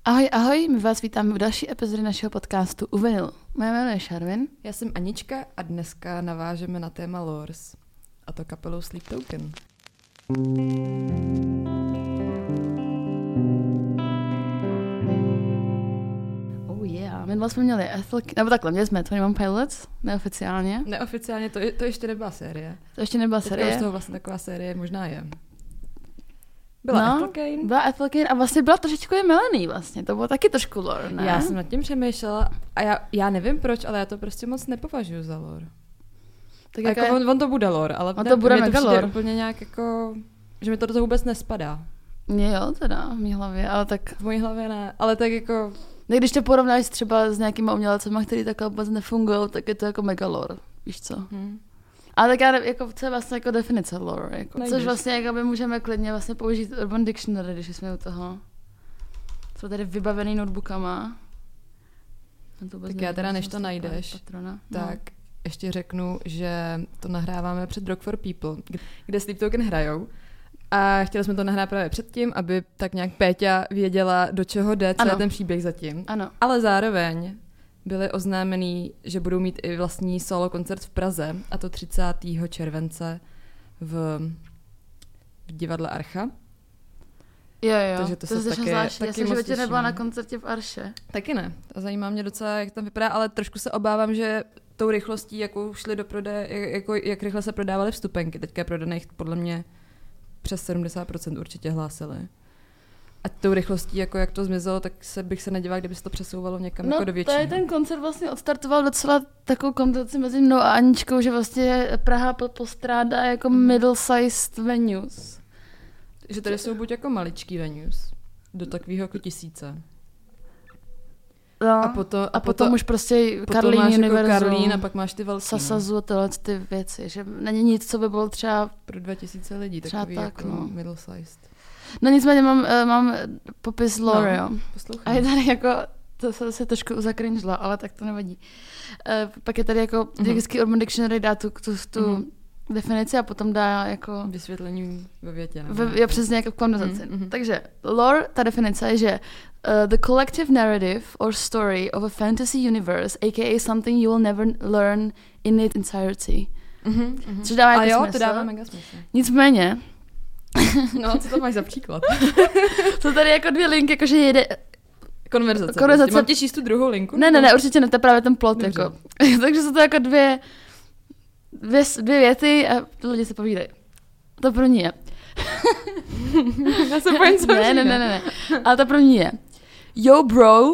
Ahoj, ahoj, my vás vítáme v další epizodě našeho podcastu U Vinyl. Moje jméno je Šarvin. Já jsem Anička a dneska navážeme na téma Lores, a to kapelou Sleep Token. Oh yeah, minule jsme měli nebo takhle, měli jsme 21 Pilots, neoficiálně. Neoficiálně, to ještě nebyla série. To ještě nebyla Teďka série. už toho vlastně taková série možná je. Byla Ethel Cain. Byla Ethel Cain a vlastně byla trošičku je Melanie vlastně, to bylo taky trošku lore, ne? Já jsem nad tím přemýšlela a já nevím proč, ale já to prostě moc nepovažuji za lore. Tak jako je... on to bude lore, ale to bude mě to lore. úplně nějak jako, že mi to do toho vůbec nespadá. Jo, teda, v mý hlavě, ale tak... V mojí hlavě ne, ale tak jako... Když to porovnáš třeba s nějakýma umělcema, který takhle vůbec nefungují, tak je to jako mega lore, víš co? Ale tak já jako, co je vlastně jako definice lore, jako, což vlastně jako by můžeme klidně vlastně použít Urban Dictionary, když jsme u toho. Jsou tady vybavený notebookama. Tak já teda, než to najdeš, tak ještě řeknu, že to nahráváme před Rock for People, kde Sleep Token hrajou. A chtěli jsme to nahrát právě předtím, aby tak nějak Péťa věděla, do čeho jde celý ten příběh zatím. Ano. Ale zároveň byli oznámený, že budou mít i vlastní solo koncert v Praze, a to 30. července v divadle Archa. Jo. Takže to se taky já jsem v životě nebyla na koncertě v Arše. Taky ne. A zajímá mě docela, jak tam vypadá, ale trošku se obávám, že tou rychlostí, jakou šli do prodeje, jako jak rychle se prodávaly vstupenky, teďka je prodaných podle mě přes 70% určitě hlásili. A tou rychlostí, jako jak to zmizelo, tak bych se nedívala, kdyby se to přesouvalo někam jako do většího. No, ten koncert vlastně odstartoval docela takovou konverzaci mezi mnou a Aničkou, že vlastně Praha postrádá jako middle-sized venues. Že tady jsou buď jako maličký venues, do takového jako 1000. No, a potom už prostě Karlín Univerzum, jako Karlín a pak máš ty velký. Sasazu a tyhle ty věci, že není nic, co by bylo třeba pro 2000 lidí, takový tak, jako middle sized. No nicméně mám popis lore, jo. Poslouchám. A je tady jako, to se asi trošku zakrinžla, ale tak to nevadí. Pak je tady jako, vždycky Urban Dictionary dá tu definici a potom dá jako... Vysvětlení ve větě. Je přesně jako v konverzaci. Takže lore, ta definice je, že the collective narrative or story of a fantasy universe, a.k.a. something you will never learn in its entirety. Což dává jako smysl. To dává mega smysl. Nicméně... No, co to máš za příklad? Jsou tady jako dvě linky, jakože jede... Konverzace. Mám tě číst tu druhou linku? Ne, určitě ne, to je právě ten plot. Jako. Takže jsou to jako dvě věty a lidi se povídají. To první je. Já se bojím, co Ne. Ale to první je. Yo bro.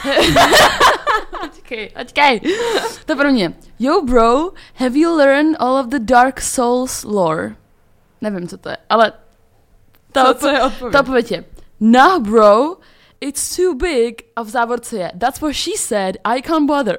Počkej. To první je. Yo bro, have you learned all of the Dark Souls lore? Nevím, co to je, ale co je odpověď? Ta odpověď je. Nah bro, it's too big. A v závorce je. That's what she said, I can't bother.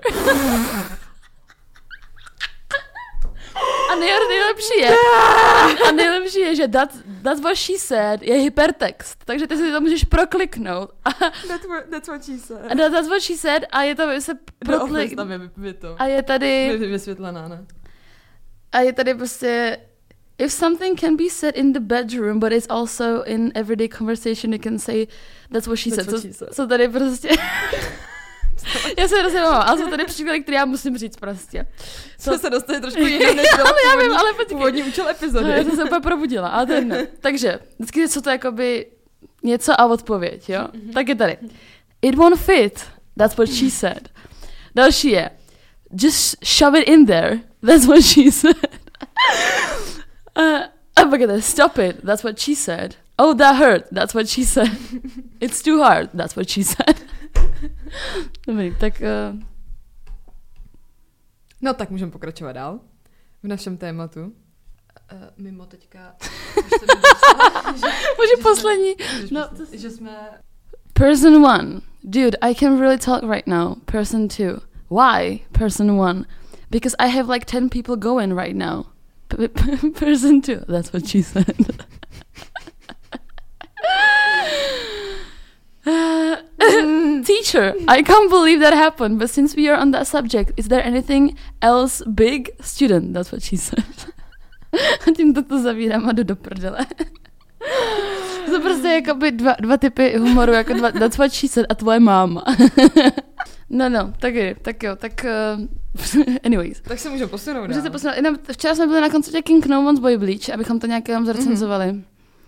A nejlepší je, že that's what she said je hypertext, takže ty si to můžeš prokliknout. That's what she said. A that's what she said a je to se a je tady vysvětlená, ne? A je tady prostě if something can be said in the bedroom, but it's also in everyday conversation, you can say that's what she said. Co tady prostě... Já se hrozně mám, ale jsou tady příklady, které já musím říct prostě. Co se dostane trošku jiné, než bylo původní účel epizody. Já jsem se úplně probudila, ale to je jedno. Takže, vždycky jsou to jakoby něco a odpověď, jo? Tak je tady. It won't fit, that's what she said. Další je. Just shove it in there, that's what she said. A pak je tady. Stop it, that's what she said. Oh, that hurt, that's what she said. It's too hard, that's what she said. Dobrý, tak... No tak můžeme pokračovat dál v našem tématu. Mimo teďka... Může poslední. Že jsme... Person 1. Dude, I can really talk right now. Person 2. Why? Person 1. Because I have like 10 people going right now. Person 2. That's what she said. Teacher, I can't believe that happened, but since we are on that subject, is there anything else big? Student, that's what she said. A tímto to zavírám a jdu do prdele. jsou prostě jakoby dva typy humoru, jako that's what she said a tvoje máma. No, tak jo, anyways. Tak se můžu posunout dál. Včera jsme byli na koncertě King No One's Boy Bleach, abychom to nějak zrecenzovali.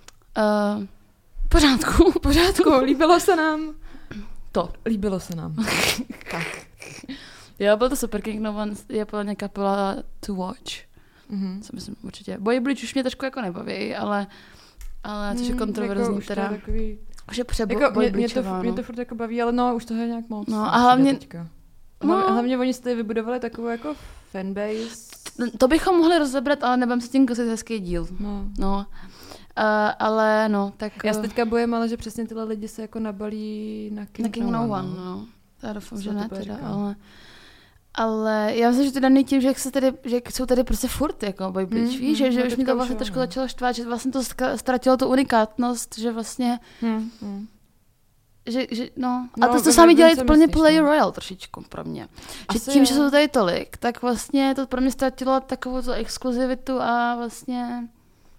Pořádku, líbilo se nám. Líbilo se nám. Tak. Jo, byl to super, King No One je podle mě kapela to watch. Co myslím určitě. Boy Bleach už mě trošku jako nebaví, ale což je kontroverzní jako teda. Takový... Už je mě to furt jako baví, ale no, už toho je nějak moc. No a hlavně... Hlavně oni si vybudovali takovou jako fanbase. To bychom mohli rozebrat, ale nebudem se tím kosit hezký díl. No. Ale no, tak... Já se teďka bojím, ale že přesně tyhle lidi se jako nabalí na King No One, no. Já doufám, že ne teda, ale já myslím, že to daný tím, že jsou tady prostě furt jako Boy Bleach, víš, že už mi to vlastně trošku začalo štvát, že vlastně to ztratilo tu unikátnost, že vlastně... Že a to sami dělají plně Play Royal trošičku pro mě. Že tím, že jsou tady tolik, tak vlastně to pro mě ztratilo takovou tu exkluzivitu a vlastně...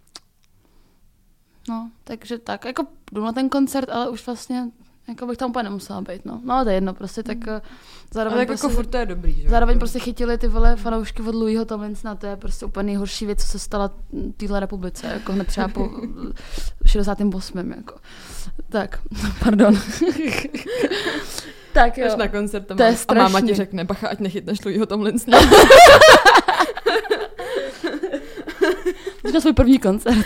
No, takže tak, jako jdu na ten koncert, ale už vlastně jako bych tam úplně nemusela být, no. No, to je jedno, prostě tak zároveň ale prostě, jako furt to je dobrý, že? Zároveň prostě chytili ty vole fanoušky od Louisho Tomlinsona, to je prostě úplně nejhorší věc, co se stala téhle republice, jako hned třeba po 68. jako. Tak, pardon. Tak jo. Až na koncert to je a máma ti řekne, bacha, ať nechytneš Louisho Tomlinsona. Říkal svůj první koncert.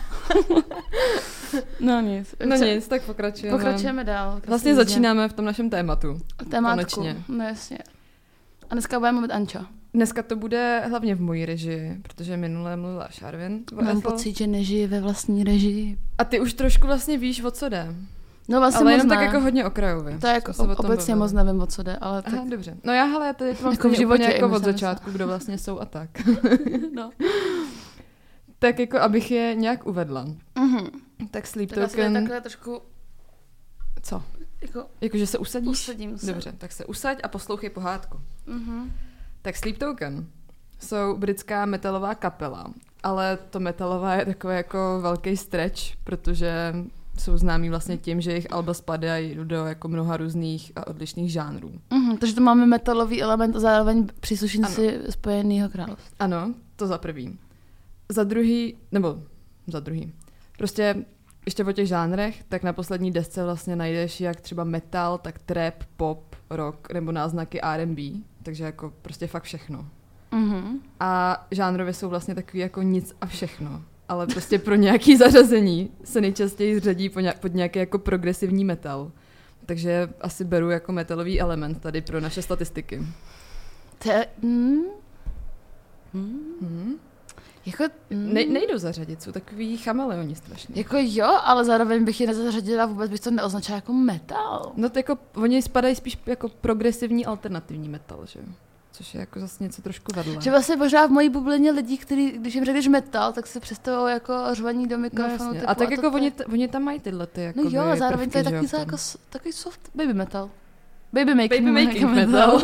No nic, tak pokračujeme. Pokračujeme dál. Vlastně začínáme v tom našem tématu. Konečně. No jasně. A dneska budeme mluvit Anča. Dneska to bude hlavně v mojí režii, protože minule mluvila Šarvin. Mám pocit, že nežiji ve vlastní režii. A ty už trošku vlastně víš, o co jde. No vlastně ale jenom tak jako hodně okrajově. To je jako obecně moc nevím, o co jde, ale tak... Aha, dobře. No já tady to mám jako v životě jako od začátku, kdo vlastně jsou a tak. No. Tak jako, abych je nějak uvedla. Tak Sleep Token... Takhle trošku... Co? Jako, že se usadíš? Usadím se. Dobře, tak se usaď a poslouchej pohádku. Tak Sleep Token jsou britská metalová kapela, ale to metalová je takový jako velký stretch, protože jsou známí vlastně tím, že jejich alba spadají do jako mnoha různých a odlišných žánrů. Takže to máme metalový element a zároveň příslušníci Spojeného království. Ano, to za prvý. Za druhý. Prostě ještě o těch žánrech, tak na poslední desce vlastně najdeš jak třeba metal, tak trap, pop, rock nebo náznaky R&B, takže jako prostě fakt všechno. A žánrově jsou vlastně takový jako nic a všechno, ale prostě pro nějaký zařazení se nejčastěji řadí pod nějaký jako progresivní metal. Takže asi beru jako metalový element tady pro naše statistiky. Jako, nejdou zařadit, jsou takový chameleoni strašně. Jako jo, ale zároveň bych je nezařadila, vůbec bych to neoznačila jako metal. No to jako, oni spadají spíš jako progresivní alternativní metal, že jo? Což je jako zase něco trošku vedle. Že vlastně možná v mojí bublině lidí, kteří, když jim řekneš metal, tak se představují jako řvaní do mikrofonu. No, a tak jako oni tam mají tyhle ty jako. No jo, a zároveň to je takový soft baby metal. Baby making metal.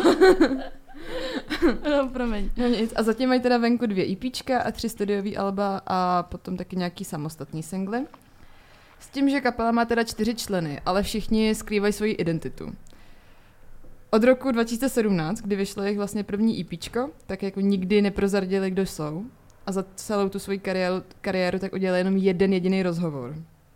No, promiň. No nic. A zatím mají teda venku 2 EPčka a 3 studiový alba a potom taky nějaký samostatný singly. S tím, že kapela má teda 4 členy, ale všichni skrývají svoji identitu. Od roku 2017, kdy vyšlo jejich vlastně první EPčko, tak jako nikdy neprozradili, kdo jsou. A za celou tu svoji kariéru tak udělali jenom jeden jediný rozhovor.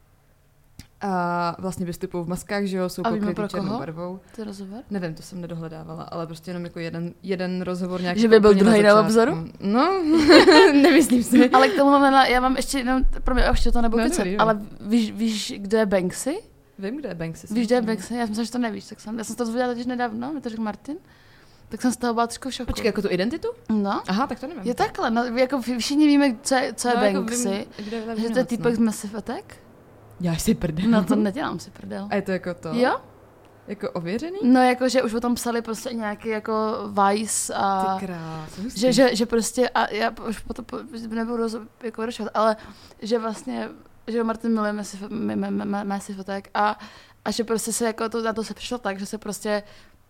A vlastně vystupují v maskách, že jo, jsou pokrytý černou barvou. Ty rozhovor? Nevím, to jsem nedohledávala, ale prostě jenom jako jeden rozhovor nějaký. Že by byl druhý na obzoru? No, nemyslím si. Ale k tomu já mám ještě jenom, pro mě ještě to nebudu kecat, ale víš, kdo je Banksy? Vím, kdo je Banksy. Víš, kdo je Banksy? Já myslím, že to nevíš. Já jsem to dozvěděla teď nedávno, mi to řekl Martin. Tak jsem z toho byla trošku v šoku. Počkej, jako tu identitu? No. Aha, tak to nevím. Je takhle, no, jako všichni víme, co je Banksy. Jako že to je týpek z Massive Attack. Já si prdel. No to nedělám si prdel. A je to jako to? Jo? Jako ověřený? No jako, že už o tom psali prostě nějaký jako Vice a... Ty krás. Že prostě, a já už potom nebudu jako vyrošovat, ale že vlastně, že Martin miluje Massive Attack a že prostě se jako na to se přišlo tak, že se prostě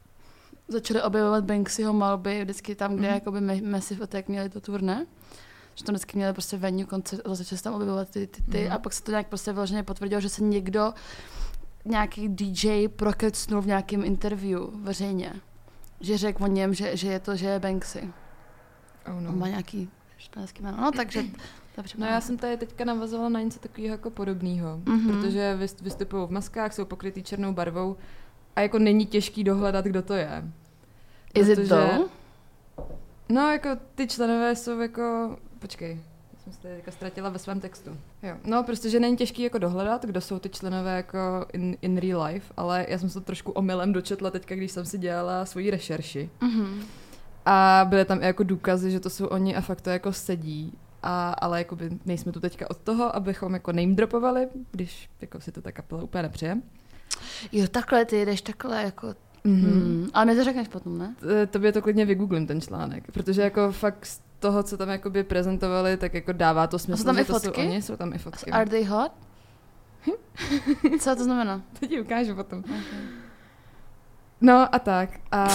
začali objevovat Banksyho malby vždycky tam, kde jakoby Massive Attack měli to turné. že tam vždycky měli prostě venue koncert a zase se tam objevovat ty a pak se to nějak prostě vyloženě potvrdilo, že se někdo, nějaký DJ prokecnul v nějakém interview veřejně, že řekl o něm, že je Banksy. Oh no. On má nějaký španělský jméno, no takže... No já jsem tady teďka navazovala na něco takového jako podobného, protože vystupují v maskách, jsou pokrytý černou barvou a jako není těžký dohledat, kdo to je. Is it though? No jako ty členové jsou jako... Počkej, jsem se tady ztratila ve svém textu. Jo. No prostě, že není těžký jako dohledat, kdo jsou ty členové jako in real life, ale já jsem se to trošku omylem dočetla teďka, když jsem si dělala svoji rešerši. A byly tam i jako důkazy, že to jsou oni a fakt to jako sedí. Ale jakoby nejsme tu teďka od toho, abychom jako name dropovali, když jako si to ta kapela úplně nepřeje. Jo, takhle, ty jedeš takhle jako... Ale mě to řekneš potom, ne? Tobě to klidně vygooglím ten článek, protože jako fakt z toho, co tam jakoby prezentovali, tak jako dává to smysl, že to jsou oni, jsou tam i fotky. Are they hot? Co to znamená? To ti ukážu potom. Okay. No a tak.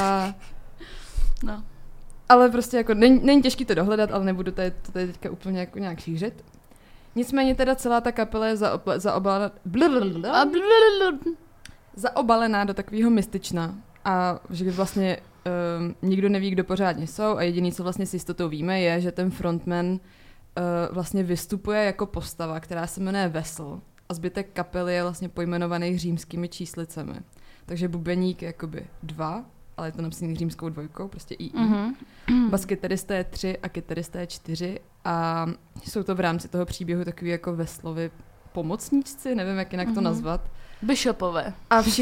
No. Ale prostě jako není těžký to dohledat, ale nebudu to tady teďka úplně jako nějak šířit. Nicméně teda celá ta kapela je zaobalená do takového mystična a že vlastně nikdo neví, kdo pořádně jsou a jediný, co vlastně s jistotou víme, je, že ten frontman vlastně vystupuje jako postava, která se jmenuje Vessel a zbytek kapely je vlastně pojmenovaný římskými číslicemi. Takže bubeník je jakoby 2, ale je to napsaný římskou 2, prostě II. Baskytarista je 3 a kytarista je 4 a jsou to v rámci toho příběhu takový jako Veslovy pomocníčci, nevím, jak jinak to nazvat. Bishopové.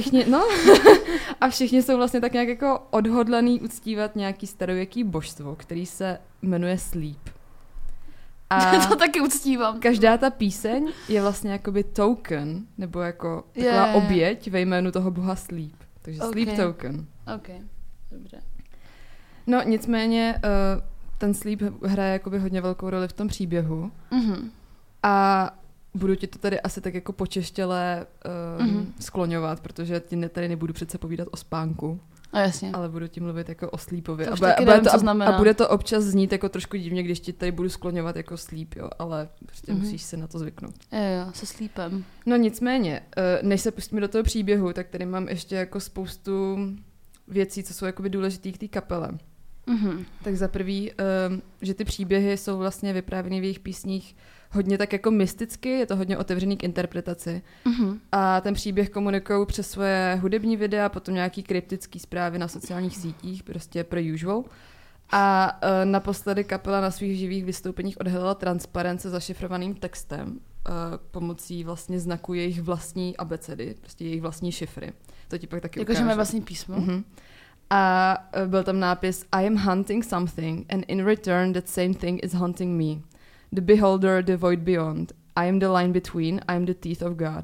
A všichni jsou vlastně tak nějak jako odhodlaný uctívat nějaký starověký božstvo, který se jmenuje Sleep. A to taky uctívám. Každá ta píseň je vlastně jakoby token, nebo jako taková oběť ve jménu toho boha Sleep. Takže Sleep token. Ok, dobře. No nicméně ten Sleep hraje jakoby hodně velkou roli v tom příběhu. A budu ti to tady asi tak jako počeštěle skloňovat, protože ti tady nebudu přece povídat o spánku. A jasně. Ale budu ti mluvit jako o Sleepovi. A bude to občas znít jako trošku divně, když ti tady budu skloňovat jako Sleep, jo, ale prostě musíš se na to zvyknout. Jo, se Sleepem. No nicméně, než se pustíme do toho příběhu, tak tady mám ještě jako spoustu věcí, co jsou jakoby důležitý k té kapele. Tak za prvý, že ty příběhy jsou vlastně vyprávěny v jejich písních hodně tak jako mysticky, je to hodně otevřený k interpretaci. A ten příběh komunikují přes svoje hudební videa, potom nějaký kryptický zprávy na sociálních sítích, prostě per usual. A naposledy kapela na svých živých vystoupeních odhalila transparent se zašifrovaným textem pomocí vlastně znaku jejich vlastní abecedy, prostě jejich vlastní šifry. To ti pak taky ukážu. Jakože mají vlastní písmo. A byl tam nápis I am hunting something and in return that same thing is hunting me. The beholder, the void beyond. I am the line between, I am the teeth of God.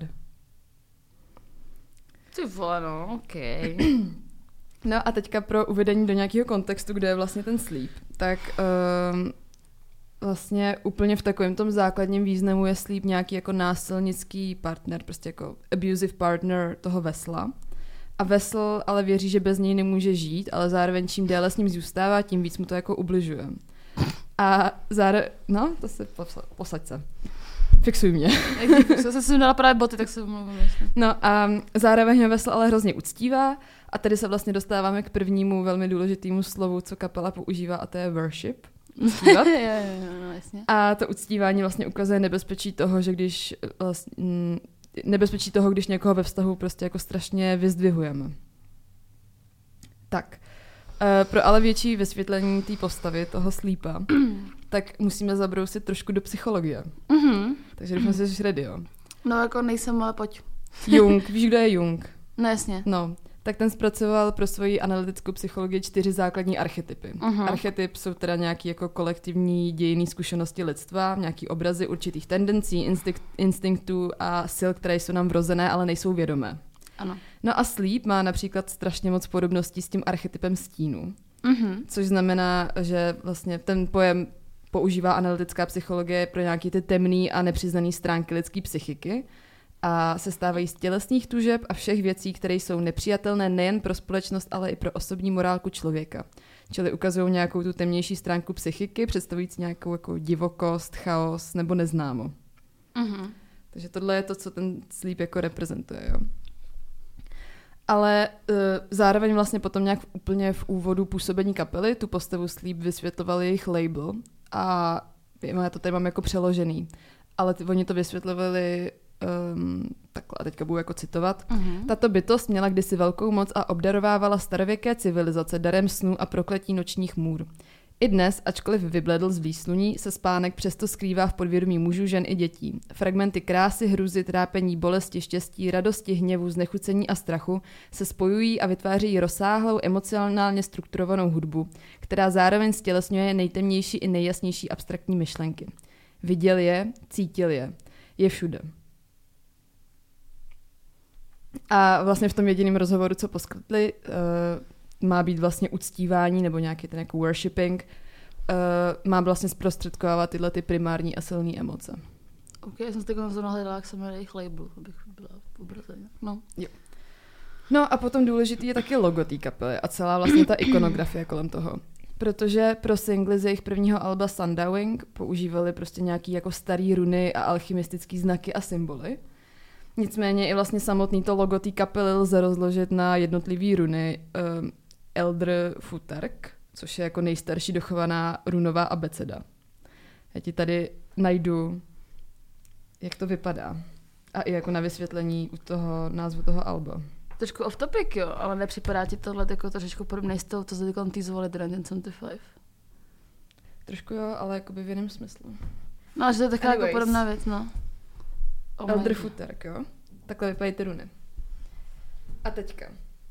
Ty vole, no, okej. No a teďka pro uvedení do nějakého kontextu, kde je vlastně ten Sleep, tak vlastně úplně v takovém tom základním významu je Sleep nějaký jako násilnický partner, prostě jako abusive partner toho Vesla. A Vessel ale věří, že bez něj nemůže žít, ale zároveň čím déle s ním zůstává, tím víc mu to jako ubližuje. A zároveň, no, to se posaď se. Fixuj mě. Já jsem dala právě boty, tak se omlouvám. No a zároveň ho Vessel ale hrozně uctívá a tady se vlastně dostáváme k prvnímu velmi důležitému slovu, co kapela používá, a to je worship. Uctívat. No, jasně. A to uctívání vlastně ukazuje nebezpečí toho, že když když někoho ve vztahu prostě jako strašně vyzdvihujeme. Tak, pro ale větší vysvětlení té postavy, toho Sleepa, tak musíme zabrousit trošku do psychologie. Takže když jsi ready, jo? No jako nejsem, ale pojď. Jung, víš, kdo je Jung? No jasně. No, tak ten zpracoval pro svoji analytickou psychologii 4 základní archetypy. Archetyp jsou teda nějaký jako kolektivní dějinné zkušenosti lidstva, nějaký obrazy určitých tendencí, instinktů a sil, které jsou nám vrozené, ale nejsou vědomé. Ano. No a Sleep má například strašně moc podobností s tím archetypem stínu, což znamená, že vlastně ten pojem používá analytická psychologie pro nějaký ty temný a nepřiznaný stránky lidské psychiky a sestávají z tělesných tužeb a všech věcí, které jsou nepřijatelné nejen pro společnost, ale i pro osobní morálku člověka. čili ukazují nějakou tu temnější stránku psychiky, představující nějakou jako divokost, chaos nebo neznámo. Mm-hmm. Takže tohle je to, co ten sleep jako reprezentuje, jo. Ale zároveň vlastně potom nějak úplně v úvodu působení kapely tu postavu Sleep vysvětloval jejich label a já to tady mám jako přeložený, ale oni to vysvětlovali takhle, a teďka budu jako citovat. Uh-huh. Tato bytost měla kdysi velkou moc a obdarovávala starověké civilizace darem snů a prokletí nočních můr. I dnes, ačkoliv vybledl z výsluní, se spánek přesto skrývá v podvědomí mužů, žen i dětí. Fragmenty krásy, hruzy, trápení, bolesti, štěstí, radosti, hněvu, znechucení a strachu se spojují a vytváří rozsáhlou, emocionálně strukturovanou hudbu, která zároveň stělesňuje nejtemnější i nejjasnější abstraktní myšlenky. Viděl je, cítil je. Je všude. A vlastně v tom jediném rozhovoru, co poskytli, má být vlastně uctívání nebo nějaký ten jako worshipping, má vlastně zprostředkovávat tyhle ty primární a silné emoce. Ok, já jsem si takhle nahledala, jak se jmenuje jejich label, abych byla obrazená. No. Jo. No a potom důležitý je taky logo té kapely a celá vlastně ta ikonografie kolem toho. Protože pro singly z jejich prvního alba Sundowing používali prostě nějaký jako starý runy a alchymistický znaky a symboly. Nicméně i vlastně samotný to logo té kapely lze rozložit na jednotlivý runy Elder Futterk, což je jako nejstarší dochovaná runová abeceda. Já ti tady najdu, jak to vypadá. A i jako na vysvětlení u toho názvu toho alba. Trošku off topic, jo, ale nepřipadá ti tohle jako trošičku podobný styl, co se teď teasovali 1975? Trošku jo, ale jakoby v jiném smyslu. No, že to je taková jako podobná věc, no. Elder Futterk, jo? Takhle vypadají ty runy. A teďka.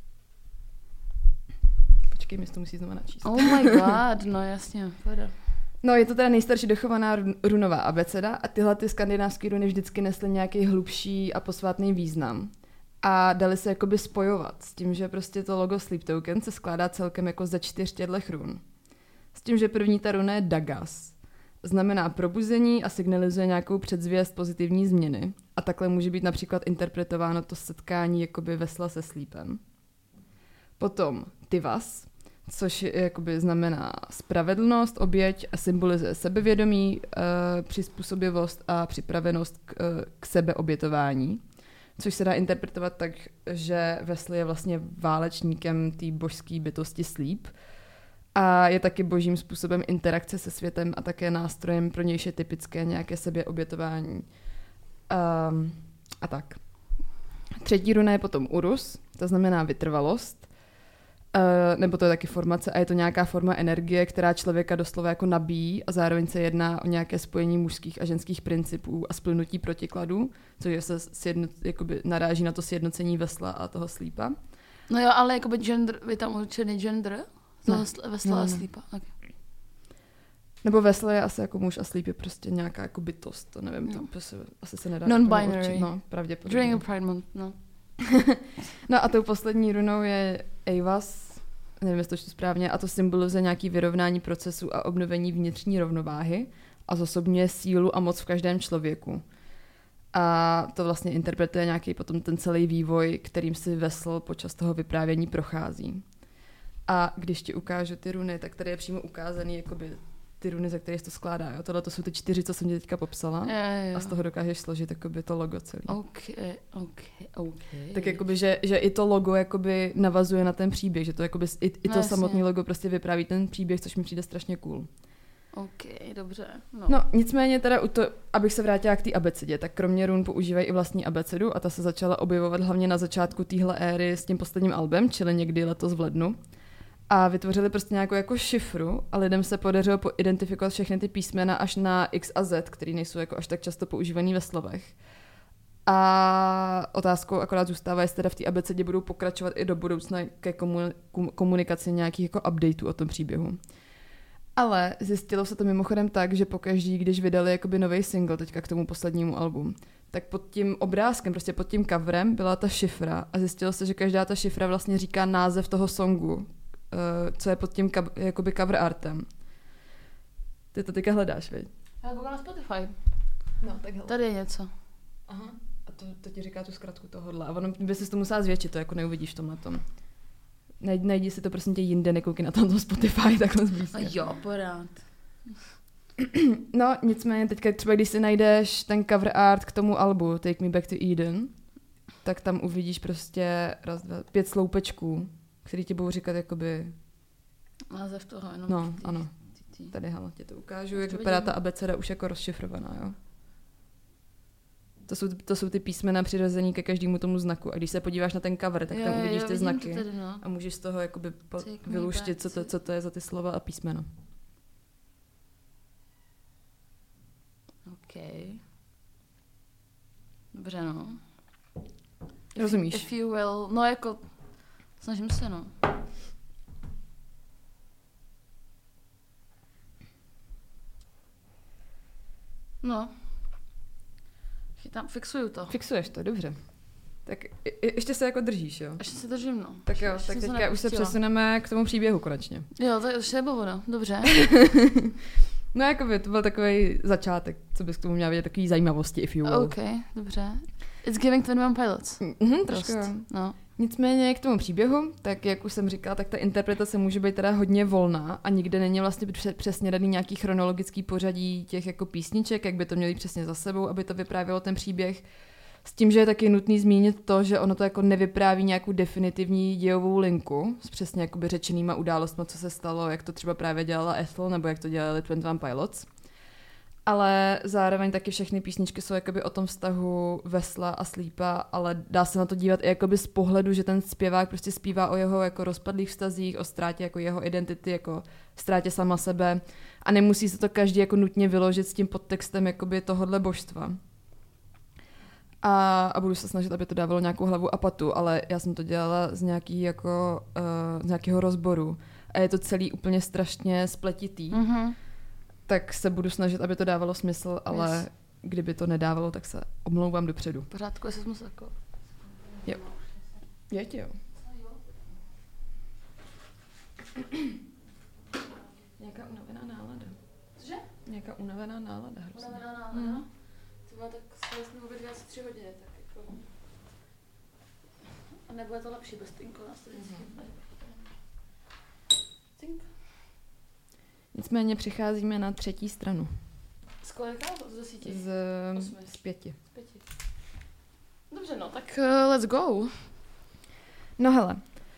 Počkej, mi to musí znovu načíst. Oh my god, no jasně, pojde. No, je to teda nejstarší dochovaná runová abeceda a tyhle ty skandinávské runy vždycky nesly nějaký hlubší a posvátný význam. A dali se jakoby spojovat s tím, že prostě to logo Sleep Token se skládá celkem jako ze 4 run. S tím, že první ta runa je Dagas. Znamená probuzení a signalizuje nějakou předzvěst pozitivní změny. A takhle může být například interpretováno to setkání jakoby vesla se slípem. Potom Tivas, což jakoby znamená spravedlnost, oběť a symbolizuje sebevědomí, přizpůsobivost a připravenost k sebeobětování. Což se dá interpretovat tak, že Wesley je vlastně válečníkem té božské bytosti Sleep a je taky božím způsobem interakce se světem a také nástrojem pro nější typické nějaké sebeobětování. A tak. Třetí runa je potom Urus, to znamená vytrvalost, nebo to je taky formace a je to nějaká forma energie, která člověka doslova jako nabíjí a zároveň se jedná o nějaké spojení mužských a ženských principů a splnutí protikladů, což se jakoby naráží na to sjednocení vesla a toho slípa. No jo, ale jakoby gender, je tam určený gender? Toho vesla a slípa. Okay. Nebo vesla je asi jako muž a slíp je prostě nějaká jako bytost, to nevím, to asi se nedá. Non-binary. No, pravděpodobně. During a Pride Month, no. No a tou poslední runou je Eivas, nevím, jestli to čtu správně, a to symbolizuje nějaký vyrovnání procesu a obnovení vnitřní rovnováhy a zosobňuje sílu a moc v každém člověku. A to vlastně interpretuje nějaký potom ten celý vývoj, kterým si vesl počas toho vyprávění prochází. A když ti ukážu ty runy, tak tady je přímo ukázaný jakoby ty runy, ze kterých to skládá. Jo? Tohle to jsou ty 4, co jsem ti teďka popsala. A z toho dokážeš složit jakoby to logo celý. Okay. Tak jakoby, že i to logo jakoby navazuje na ten příběh, že to jakoby i to samotné logo prostě vypráví ten příběh, což mi přijde strašně cool. Ok, dobře. No, nicméně teda abych se vrátila k té abecedě, tak kromě run používají i vlastní abecedu a ta se začala objevovat hlavně na začátku téhle éry s tím posledním albem, čili někdy letos v lednu. A vytvořili prostě nějakou jako šifru a lidem se podařilo identifikovat všechny ty písmena až na X a Z, které nejsou jako až tak často používaný ve slovech. A otázkou akorát zůstává, jestli teda v té abecedě budou pokračovat i do budoucna ke komunikaci nějakých jako updateů o tom příběhu. Ale zjistilo se to mimochodem tak, že pokaždý, když vydali jakoby nový single teďka k tomu poslednímu albu, tak pod tím obrázkem, prostě pod tím coverem byla ta šifra a zjistilo se, že každá ta šifra vlastně říká název toho songu, co je pod tím jakoby cover artem. Ty to teďka hledáš, viď? Já koukám na Spotify. No, tak hele. Tady je něco. Aha. A to ti říká tu zkratku tohohle. A ono by si to musela zvětšit, to jako neuvidíš v tomhletom. najdi si to prosím tě jinde, nekoukej na tom Spotify takhle zblízka. Jo, porád. No, nicméně teďka třeba, když si najdeš ten cover art k tomu albu Take Me Back to Eden, tak tam uvidíš prostě 5 sloupečků, který ti budou říkat jakoby... Název toho, jenom. No, ano. Tady, hele, ti to ukážu, jak vypadá ta abeceda už jako rozšifrovaná, jo. To jsou ty písmena přirozený ke každému tomu znaku. A když se podíváš na ten cover, tak tam uvidíš ty znaky. Tady, no. A můžeš z toho jakoby vyluštit, co to je za ty slova a písmena. OK. Dobře, no. Rozumíš? If you will, no jako, snažím se, no. No. Fixuju to. Fixuješ to, dobře. Tak ještě se jako držíš, jo? Ještě se držím, no. Tak jo, tak teďka už se přesuneme k tomu příběhu konečně. Jo, to ještě bylo ono, dobře. No jakoby, to byl takový začátek, co bys k tomu měla vědět, takový zajímavosti, if you will. OK, dobře. It's giving 21 Pilots. Trošku. No. Nicméně k tomu příběhu, tak jak už jsem říkala, tak ta interpretace může být teda hodně volná a nikde není vlastně přesně daný nějaký chronologický pořadí těch jako písniček, jak by to měli přesně za sebou, aby to vyprávělo ten příběh. S tím, že je taky nutný zmínit to, že ono to jako nevypráví nějakou definitivní dějovou linku s přesně jakoby řečenýma událostmi, co se stalo, jak to třeba právě dělala Ethel, nebo jak to dělali 21 Pilots. Ale zároveň taky všechny písničky jsou jakoby o tom vztahu Wessla a Sleepa, ale dá se na to dívat i jakoby z pohledu, že ten zpěvák prostě zpívá o jeho jako rozpadlých vztazích, o ztrátě jako jeho identity, jako ztrátě sama sebe a nemusí se to každý jako nutně vyložit s tím podtextem jakoby tohodle božstva. A budu se snažit, aby to dávalo nějakou hlavu a patu, ale já jsem to dělala z nějakého rozboru a je to celý úplně strašně spletitý. Mm-hmm. Tak se budu snažit, aby to dávalo smysl, ale kdyby to nedávalo, tak se omlouvám dopředu. Pořádku, jestli jsme se jako... Jo. Jeď, jo. Nějaká unavená nálada. Cože? Nějaká unavená nálada. Hrozně. Unavená nálada? Třeba tak spali jsme obě 3 hodiny, tak jako... A nebo je to lepší bez Tinko na studenský. Tinko. Nicméně přicházíme na 3. stranu. Z kolika? Z 10? Z 5. Dobře, no, tak let's go. No hele,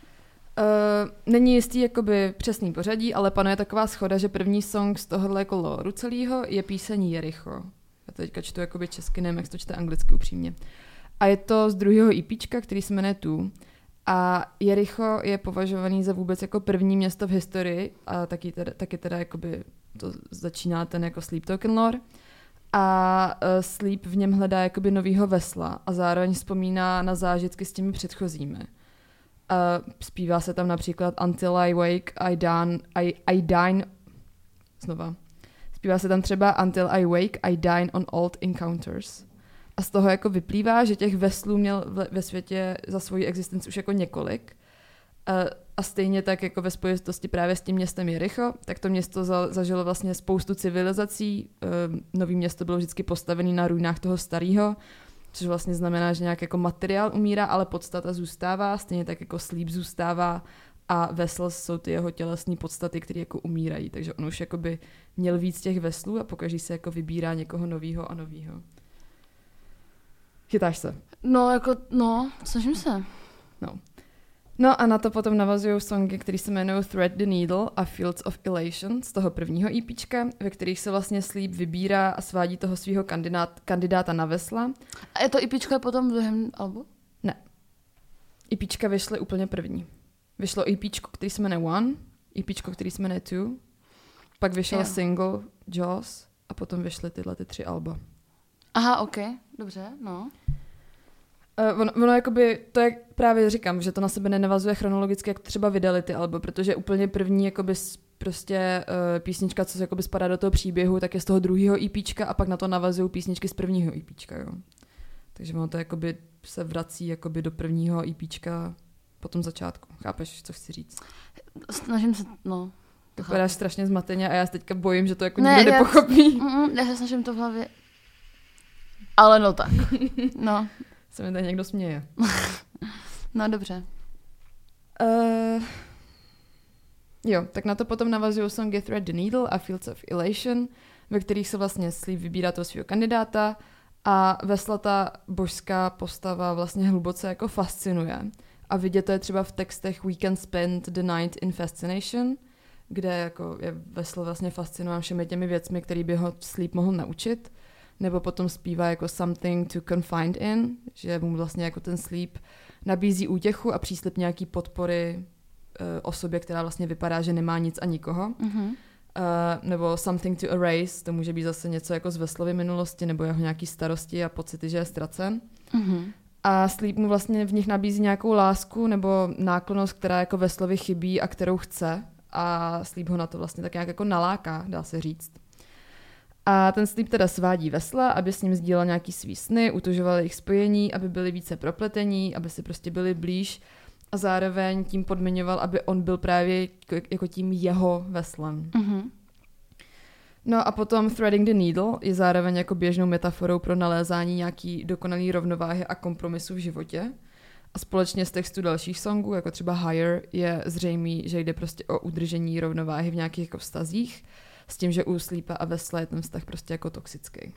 není jistý jakoby přesný pořadí, ale panuje taková shoda, že první song z tohohle jako lóru celýho je píseň Jericho. Já to teďka čtu jakoby česky, nevím, jak to čte anglicky upřímně. A je to z 2. EPčka, který se jmenuje Tu. A Jericho je považovaný za vůbec jako první město v historii a taky teda jakoby to začíná ten jako Sleep Token lore. A Sleep v něm hledá jakoby novýho Wessla a zároveň vzpomíná na zážitky s těmi předchozími. A zpívá se tam například Until I Wake, I dine znova. Zpívá se tam třeba Until I Wake, I dine on old encounters. A z toho jako vyplývá, že těch Westlů měl ve světě za svoji existenci už jako několik. A stejně tak jako ve spojitosti právě s tím městem Jericho, tak to město zažilo vlastně spoustu civilizací. Nový město bylo vždycky postavené na ruinách toho starého, což vlastně znamená, že nějak jako materiál umírá, ale podstata zůstává, stejně tak jako Sleep zůstává a Wessels jsou ty jeho tělesní podstaty, které jako umírají. Takže on už jakoby měl víc těch Westlů a pokaždé se jako vybírá někoho novýho a novýho. Chytáš se? No, snažím se. No a na to potom navazují songy, které se jmenují Thread the Needle a Fields of Elation z toho prvního EPčka, ve kterých se vlastně Sleep vybírá a svádí toho svého kandidáta na Wessla. A je to EPčko je potom v druhém albu? Ne. EPčka vyšly úplně první. Vyšlo EPčko, který se jmenuje One, EPčko, který se jmenuje Two, pak vyšel single Jaws a potom vyšly tyhle 3 alba. Aha, ok, dobře, no. Ono jakoby, to jak právě říkám, že to na sebe nenavazuje chronologicky, jak třeba vydali ty alba, protože úplně první jakoby prostě písnička, co se jakoby spadá do toho příběhu, tak je z toho druhého EPčka a pak na to navazují písničky z prvního EPčka, jo. Takže ono to jakoby se vrací jakoby do prvního EPčka po tom začátku. Chápeš, co chci říct? Snažím se, no. To vypadáš strašně zmateně a já se teďka bojím, že to jako nikdo nepochopí. Já se snažím to v hlavě. Ale no tak. No. Se mi tady někdo směje. No dobře. Jo, tak na to potom navazují songy Thread the Needle a Fields of Elation, ve kterých se vlastně Sleep vybírá toho svého kandidáta a Vesla ta božská postava vlastně hluboce jako fascinuje. A vidět to je třeba v textech We Can Spend the Night in Fascination, kde jako je Vesla vlastně fascinován všemi těmi věcmi, které by ho Sleep mohl naučit. Nebo potom zpívá jako Something to Confide in, že mu vlastně jako ten Sleep nabízí útěchu a příslib nějaký podpory osobě, která vlastně vypadá, že nemá nic a nikoho. Nebo Something to Erase, to může být zase něco jako z Veslovy minulosti, nebo jeho nějaký starosti a pocity, že je ztracen. A Sleep mu vlastně v nich nabízí nějakou lásku nebo náklonnost, která jako Veslovi chybí a kterou chce. A Sleep ho na to vlastně tak nějak jako naláká, dá se říct. A ten Sleep teda svádí Vesla, aby s ním sdílel nějaký svý sny, utužoval jejich spojení, aby byli více propletení, aby si prostě byli blíž a zároveň tím podmiňoval, aby on byl právě jako tím jeho Veslem. No a potom Threading the Needle je zároveň jako běžnou metaforou pro nalézání nějaký dokonalý rovnováhy a kompromisu v životě. A společně z textu dalších songů, jako třeba Higher, je zřejmý, že jde prostě o udržení rovnováhy v nějakých jako vztazích, s tím, že u Sleepa a Vesla je ten vztah prostě jako toxický.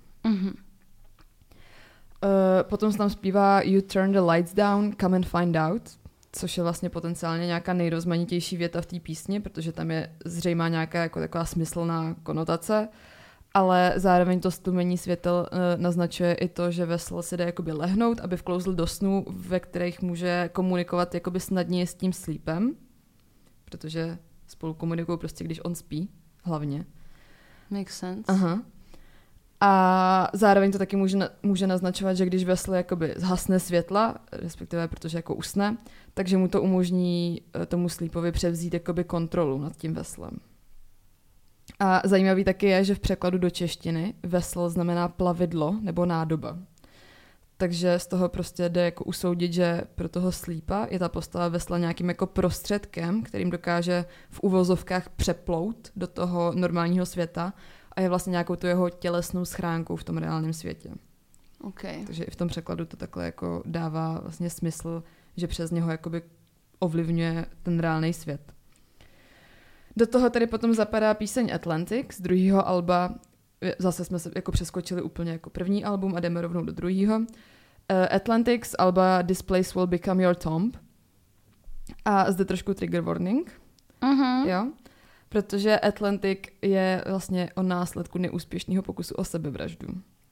Potom se tam zpívá You turn the lights down, come and find out, což je vlastně potenciálně nějaká nejrozmanitější věta v té písni, protože tam je zřejmá nějaká jako taková smyslná konotace, ale zároveň to stlumení světel naznačuje i to, že Vesel si jde jakoby lehnout, aby vklouzl do snů, ve kterých může komunikovat jakoby snadněji s tím Sleepem, protože spolu komunikují prostě, když on spí, hlavně. Makes sense. Aha. A zároveň to taky může naznačovat, že když Vesel jakoby zhasne světla, respektive protože jako usne, takže mu to umožní tomu Sleepovi převzít jakoby kontrolu nad tím Veslem. A zajímavý taky je, že v překladu do češtiny Vesel znamená plavidlo nebo nádoba. Takže z toho prostě jde jako usoudit, že pro toho Sleepa je ta postava Vesla nějakým jako prostředkem, kterým dokáže v uvozovkách přeplout do toho normálního světa a je vlastně nějakou tu jeho tělesnou schránkou v tom reálném světě. Okay. Takže i v tom překladu to takhle jako dává vlastně smysl, že přes něho jakoby ovlivňuje ten reálný svět. Do toho tady potom zapadá píseň Atlantic z druhého alba. Zase jsme se jako přeskočili úplně jako první album a jdeme rovnou do druhého. Atlantic z alba This Place Will Become Your Tomb. A zde trošku trigger warning. Jo? Protože Atlantic je vlastně o následku neúspěšného pokusu o sebevraždu.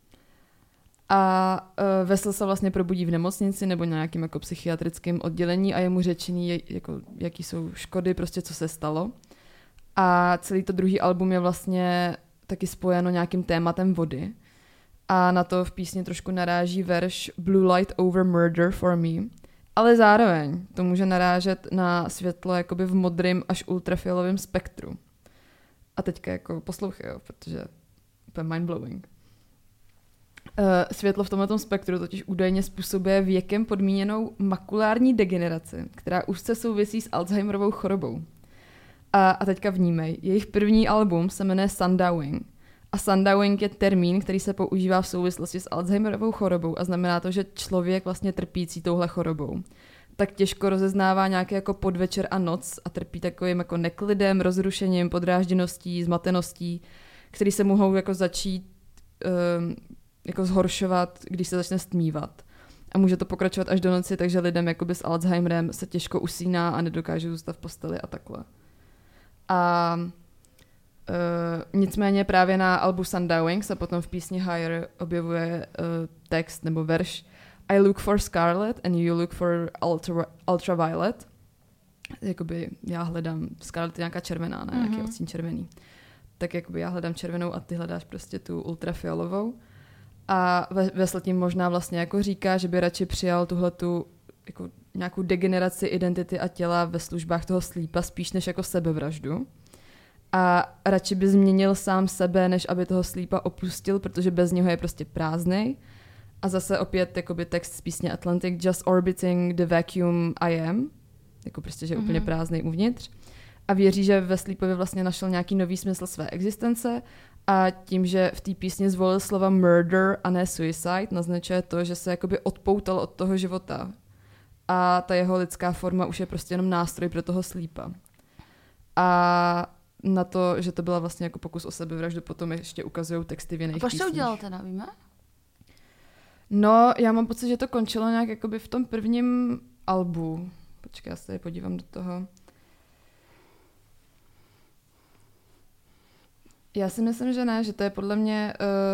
A Vesel se vlastně probudí v nemocnici nebo nějakým jako psychiatrickém oddělení a je mu řečený, jako, jaký jsou škody, prostě co se stalo. A celý to druhý album je vlastně taky spojeno nějakým tématem vody. A na to v písni trošku naráží verš Blue light over murder for me. Ale zároveň to může narážet na světlo jakoby v modrém až ultrafialovém spektru. A teďka jako poslouchej, protože to je mindblowing. Světlo v tomto spektru totiž údajně způsobuje věkem podmíněnou makulární degeneraci, která úzce souvisí s Alzheimerovou chorobou. A teďka vnímej, jejich první album se jmenuje Sundowing. A sundowing je termín, který se používá v souvislosti s Alzheimerovou chorobou a znamená to, že člověk vlastně trpící touhle chorobou tak těžko rozeznává nějaký jako podvečer a noc a trpí takovým jako neklidem, rozrušením, podrážděností, zmateností, který se mohou jako začít jako zhoršovat, když se začne stmívat. A může to pokračovat až do noci, takže lidem jakoby s Alzheimerem se těžko usíná a nedokáže zůstat v posteli a takhle. A nicméně právě na albu Sundowing se potom v písni Higher objevuje text nebo verš I look for scarlet and you look for ultraviolet. Jakoby já hledám, scarlet je nějaká červená, ne? Nějaký odstín červený. Tak jakoby já hledám červenou a ty hledáš prostě tu ultrafialovou. A Vesel tím možná vlastně jako říká, že by radši přijal tuhletu jako nějakou degeneraci identity a těla ve službách toho Sleepa spíš než jako sebevraždu. A radši by změnil sám sebe, než aby toho Sleepa opustil, protože bez něho je prostě prázdnej. A zase opět jakoby text z písně Atlantic, just orbiting the vacuum I am. Jako prostě, že je úplně prázdnej uvnitř. A věří, že ve Sleepovi vlastně našel nějaký nový smysl své existence a tím, že v té písni zvolil slova murder a ne suicide, naznačuje to, že se jakoby odpoutal od toho života. A ta jeho lidská forma už je prostě jenom nástroj pro toho Sleepa. A na to, že to byla vlastně jako pokus o sebevraždu, potom ještě ukazují texty v jiných písních. A proč to udělal teda, víme? No, já mám pocit, že to končilo nějak jakoby v tom prvním albu. Počkej, já se tady podívám do toho. Já si myslím, že ne, že to je podle mě...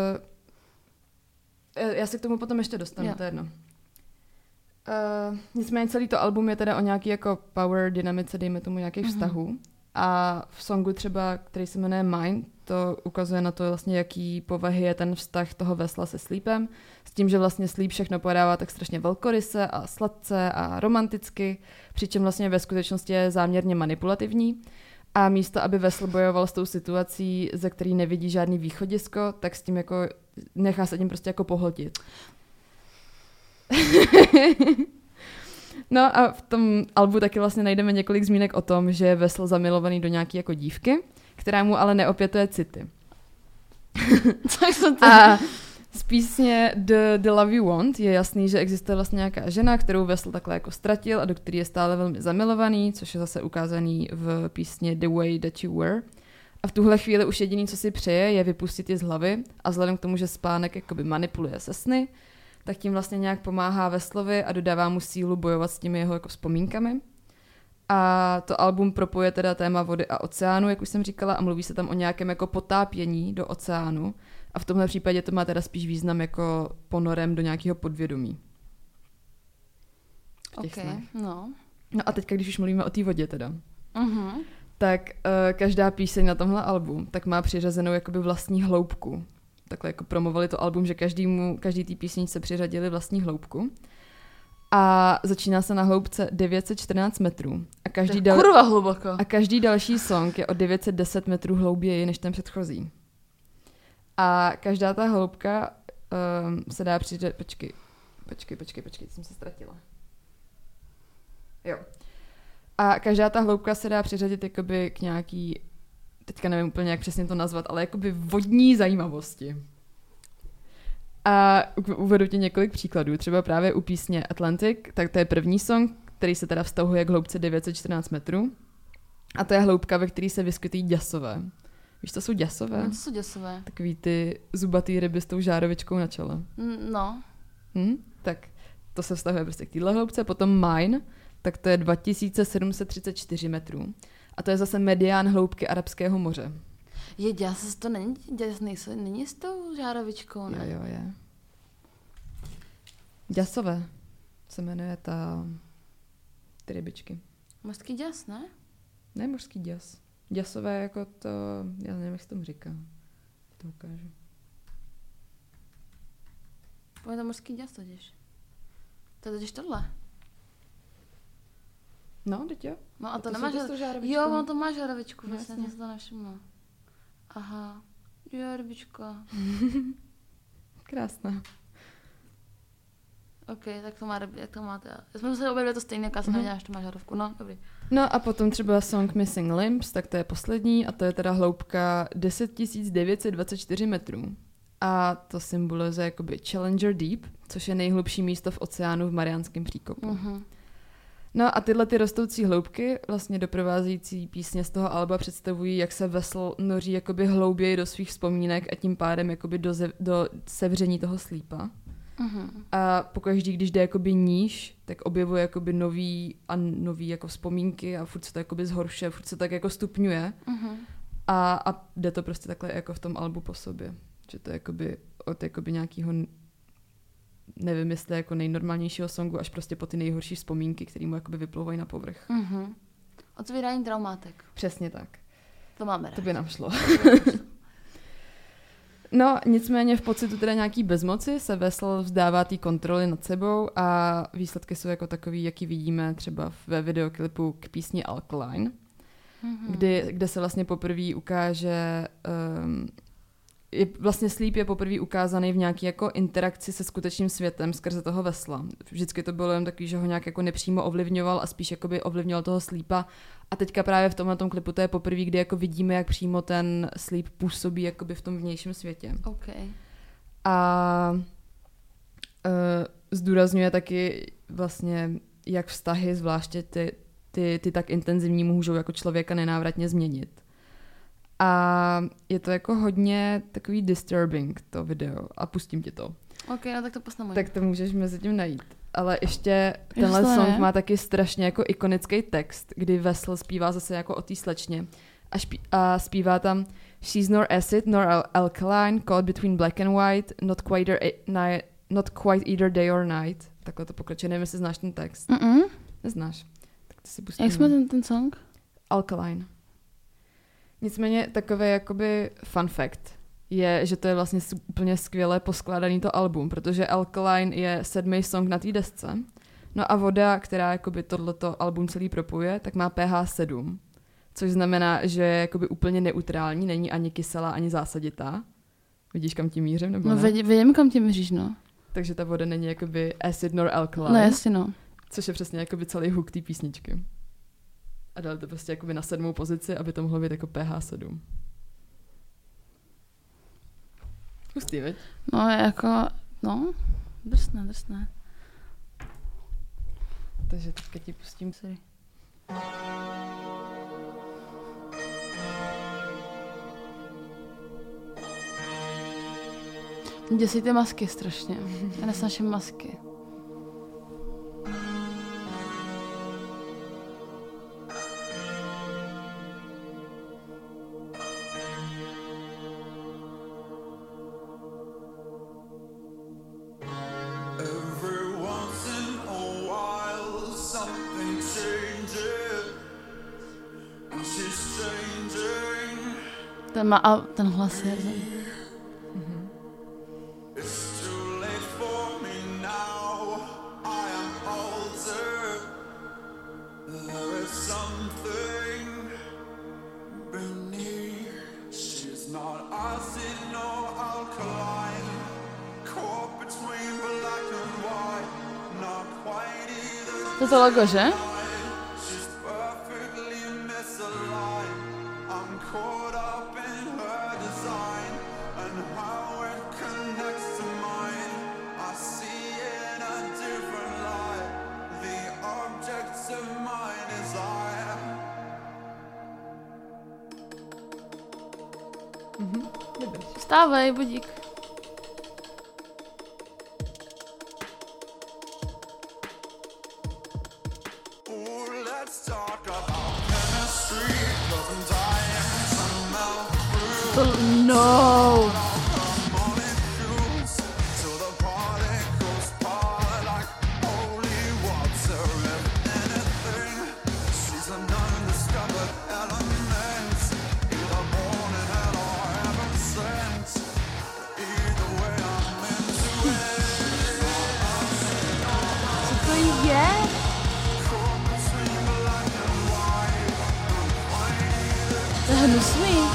já se k tomu potom ještě dostanu, to je jedno. Nicméně celý to album je teda o nějaký jako power dynamice, dejme tomu nějakých vztahů. A v songu třeba, který se jmenuje Mind, to ukazuje na to vlastně, jaký povahy je ten vztah toho vesla se Sleepem. S tím, že vlastně Sleep všechno podává tak strašně velkoryse a sladce a romanticky, přičem vlastně ve skutečnosti je záměrně manipulativní. A místo, aby vesl bojoval s tou situací, ze který nevidí žádný východisko, tak s tím jako nechá se tím prostě jako pohltit. No a v tom albu taky vlastně najdeme několik zmínek o tom, že je vesl zamilovaný do nějaký jako dívky, která mu ale neopětuje city. A z písně The Love You Want je jasný, že existuje vlastně nějaká žena, kterou vesl takhle jako ztratil a do který je stále velmi zamilovaný, což je zase ukázaný v písně The Way That You Were. A v tuhle chvíli už jediný, co si přeje, je vypustit ji z hlavy a vzhledem k tomu, že spánek jakoby manipuluje se sny, tak tím vlastně nějak pomáhá veslovi a dodává mu sílu bojovat s těmi jeho jako vzpomínkami. A to album propojuje teda téma vody a oceánu, jak už jsem říkala, a mluví se tam o nějakém jako potápění do oceánu. A v tomhle případě to má teda spíš význam jako ponorem do nějakého podvědomí. No a teďka, když už mluvíme o té vodě teda, tak každá píseň na tomhle albu tak má přiřazenou jakoby vlastní hloubku. Takhle jako promovali to album, že každý té písničce přiřadili vlastní hloubku. A začíná se na hloubce 914 metrů. Kurva hluboko. A každý další song je o 910 metrů hlouběji než ten předchozí. A každá ta hloubka se dá přiřadit... Počkej, jsem se ztratila. Jo. A každá ta hloubka se dá přiřadit jakoby k nějaký... Teďka nevím úplně, jak přesně to nazvat, ale jakoby vodní zajímavosti. A uvedu ti několik příkladů. Třeba právě u písně Atlantic, tak to je první song, který se teda vztahuje k hloubce 914 metrů. A to je hloubka, ve které se vyskytují děsové. Víš, co jsou děsové? No, to jsou děsové. Takový ty zubatý ryby s tou žárovičkou na čele. No. Tak to se vztahuje prostě k téhle hloubce. Potom Mine, tak to je 2734 metrů. A to je zase medián hloubky Arabského moře. Je děs, to není děsný, není s tou žárovičkou, ne? Jo, je. Děsové se jmenuje ty rybičky. Mořský děs, ne? Ne mořský děs. Děsové jako to, já nevím, jak se tomu říká. To ukážu. Pojď to mořský děs totiž. To je totiž tohle. No, teď jo. No a to nemá žárovičku. Jo, on to má žárovičku, vlastně jsem se to nevšimla. Aha, žárovička. Krásná. OK, tak to má, jak to máte. Já jsme se obě to stejně, jak já jsem nevěděla, že to má žárovku. No, dobrý. No a potom třeba song Missing Limbs, tak to je poslední a to je teda hloubka 10 924 metrů. A to symbolizuje jakoby Challenger Deep, což je nejhlubší místo v oceánu v Mariánském příkopu. No a tyhle ty rostoucí hloubky, vlastně doprovázející písně z toho alba představují, jak se vesl noří jakoby hlouběji do svých vzpomínek a tím pádem jakoby do sevření toho Sleepa. A pokaždý, když jde jakoby níž, tak objevuje jakoby nový jako vzpomínky a furt se to jakoby zhoršuje, furt se tak jako stupňuje. A jde to prostě takhle jako v tom albu po sobě. Že to je jakoby od jakoby nějakého, nevím, jestli jako nejnormálnějšího songu až prostě po ty nejhorší vzpomínky, které mu jakoby vyplouvají na povrch. Otvírání traumátek. Přesně tak. To máme rád. To by nám šlo. No, nicméně v pocitu teda nějaký bezmoci se vesel vzdává té kontroly nad sebou a výsledky jsou jako takový, jaký vidíme třeba ve videoklipu k písni Alkaline, kde se vlastně poprvé ukáže... vlastně Sleep je poprvé ukázaný v nějaké jako interakci se skutečným světem skrze toho vesla. Vždycky to bylo jen takový, že ho nějak jako nepřímo ovlivňoval a spíš jakoby ovlivňoval toho Sleepa. A teďka právě v tomhle klipu to je poprvé, kdy jako vidíme, jak přímo ten Sleep působí jakoby v tom vnějším světě. Okay. A zdůrazňuje taky vlastně, jak vztahy, zvláště ty tak intenzivní můžou jako člověka nenávratně změnit. A je to jako hodně takový disturbing, to video. A pustím ti to. Ok, no tak to poznám. Tak to můžeš mezi tím najít. Ale ještě tenhle song má taky strašně jako ikonický text, kdy Vessel zpívá zase jako o té slečně. A zpívá tam She's nor acid nor alkaline, caught between black and white, not quite either day or night. Takhle to pokračuje, nevím, jestli znáš ten text. Neznáš. Tak to si pustíme. Jak jsme ten song? Alkaline. Nicméně takový jakoby fun fact je, že to je vlastně úplně skvěle poskládaný to album, protože Alkaline je 7. song na té desce. No a Voda, která jakoby tohleto album celý propojuje, tak má pH 7. Což znamená, že je jakoby úplně neutrální, není ani kyselá, ani zásaditá. Vidíš, kam tím mířím, nebo ne? No vidím, kam tím míříš, no. Takže ta voda není jakoby acid nor alkaline. No jasně, no. Což je přesně jakoby celý hook té písničky. A dali to prostě jakoby na 7. pozici, aby to mohlo být jako pH 7. Hustý, veď? No jako, no, drsné. Takže teďka ti pustím si. Děsí ty masky strašně. Já nesnáším masky. Ten hlas je to logo, že? Vstávej, budík. No. To je hnusný.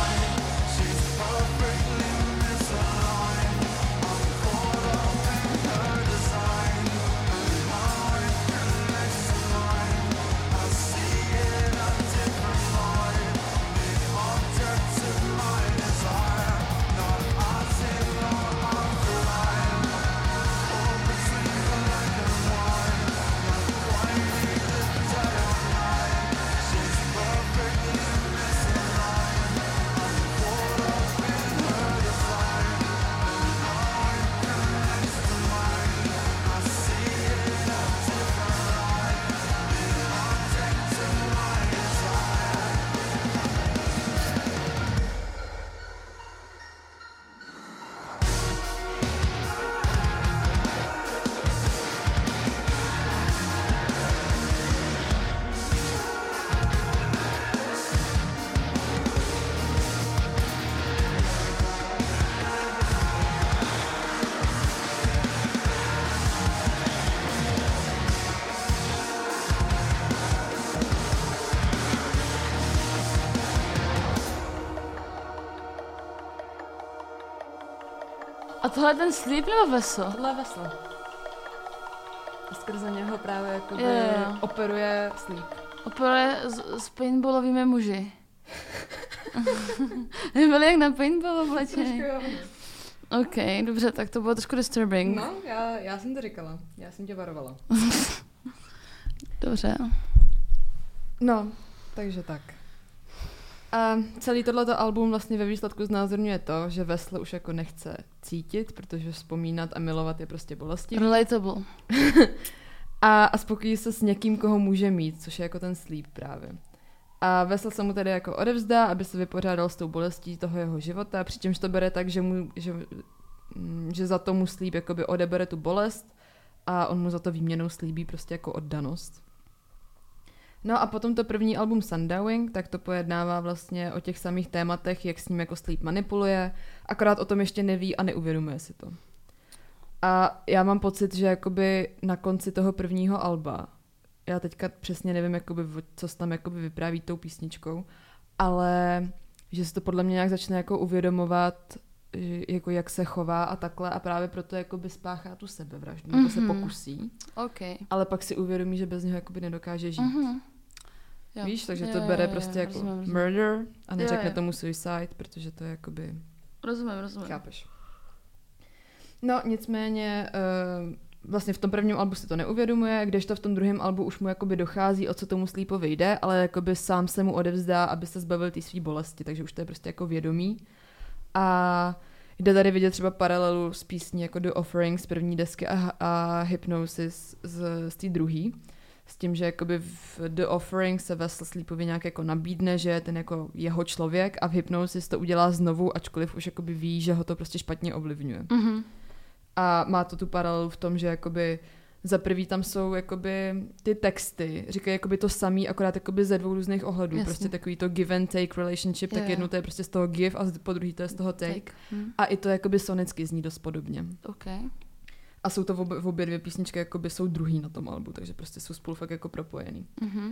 A tohle je ten Sleep nebo Vessel? Tohle je Vessel. A skrze něho právě jakoby operuje Sleep. Operuje s paintballovými muži. Byli jak na paintball oblečení. OK, dobře, tak to bylo trošku disturbing. No, já jsem to říkala. Já jsem tě varovala. Dobře. No, takže tak. A celý tohleto album vlastně ve výsledku znázorňuje to, že Wesley už jako nechce cítit, protože vzpomínat a milovat je prostě bolestivý. Relatable. A spokojí se s někým, koho může mít, což je jako ten sleep právě. A Wesley se mu tedy jako odevzdá, aby se vypořádal s tou bolestí toho jeho života, přičemž to bere tak, že za to mu sleep jakoby odebere tu bolest a on mu za to výměnou slíbí prostě jako oddanost. No a potom to první album Sundowning, tak to pojednává vlastně o těch samých tématech, jak s ním jako sleep manipuluje, akorát o tom ještě neví a neuvědomuje si to. A já mám pocit, že jakoby na konci toho prvního alba, já teďka přesně nevím, jakoby, co se tam jakoby vypráví tou písničkou, ale že se to podle mě nějak začne jako uvědomovat, jako jak se chová a takhle a právě proto jakoby spáchá tu sebevraždu, nebo se pokusí, ale pak si uvědomí, že bez něho jakoby nedokáže žít. Jo. Víš, takže to bere prostě jako murder a neřekne Jo. tomu suicide, protože to je jakoby... Rozumím. Chápeš. No, nicméně vlastně v tom prvním albu si to neuvědomuje, kdežto v tom druhém albu už mu jakoby dochází, o co tomu Sleepovi jde, ale jakoby sám se mu odevzdá, aby se zbavil té své bolesti, takže už to je prostě jako vědomí. A jde tady vidět třeba paralelu s písní jako The Offering z první desky a Hypnosis z té druhé. S tím, že jakoby v The Offering se Wesley Sleepovi nějak jako nabídne, že je ten jako jeho člověk a v Hypnosis to udělá znovu, ačkoliv už jakoby ví, že ho to prostě špatně ovlivňuje. A má to tu paralelu v tom, že jakoby za prvý tam jsou jakoby ty texty, říkají jakoby to samý, akorát jakoby ze dvou různých ohledů. Jasně. Prostě takový to give and take relationship, tak jedno to je prostě z toho give a po druhý to je z toho take. A i to jakoby sonicky zní dost podobně. Okay. A jsou to obě dvě písničky jakoby jsou druhý na tom albu, takže prostě jsou spolu fakt jako propojený.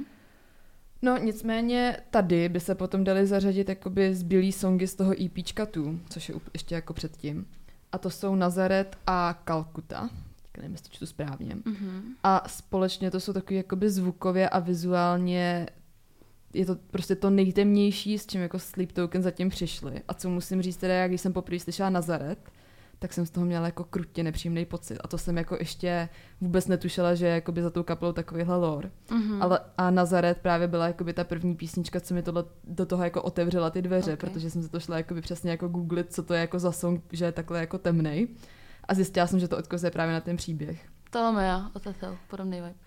No nicméně tady by se potom dali zařadit jakoby zbylý songy z toho EPčka tu, což je ještě jako předtím. A to jsou Nazaret a Calcutta. Nevím, jestli to čtu správně. A společně to jsou takový jakoby zvukově a vizuálně je to prostě to nejtemnější, s čím jako Sleep Token zatím přišli. A co musím říct teda, jak když jsem poprvé slyšela Nazaret, tak jsem z toho měla jako krutně nepříjemný pocit. A to jsem jako ještě vůbec netušila, že je jakoby za tou kapelou takovýhle lore. Ale a Nazaret právě byla jakoby ta první písnička, co mi do toho jako otevřela ty dveře, protože jsem se to šla jakoby přesně jako googlit, co to je jako za song, že je takhle jako temnej. A zjistila jsem, že to odkazuje právě na ten příběh. To máme já, otetel, podobný vibe.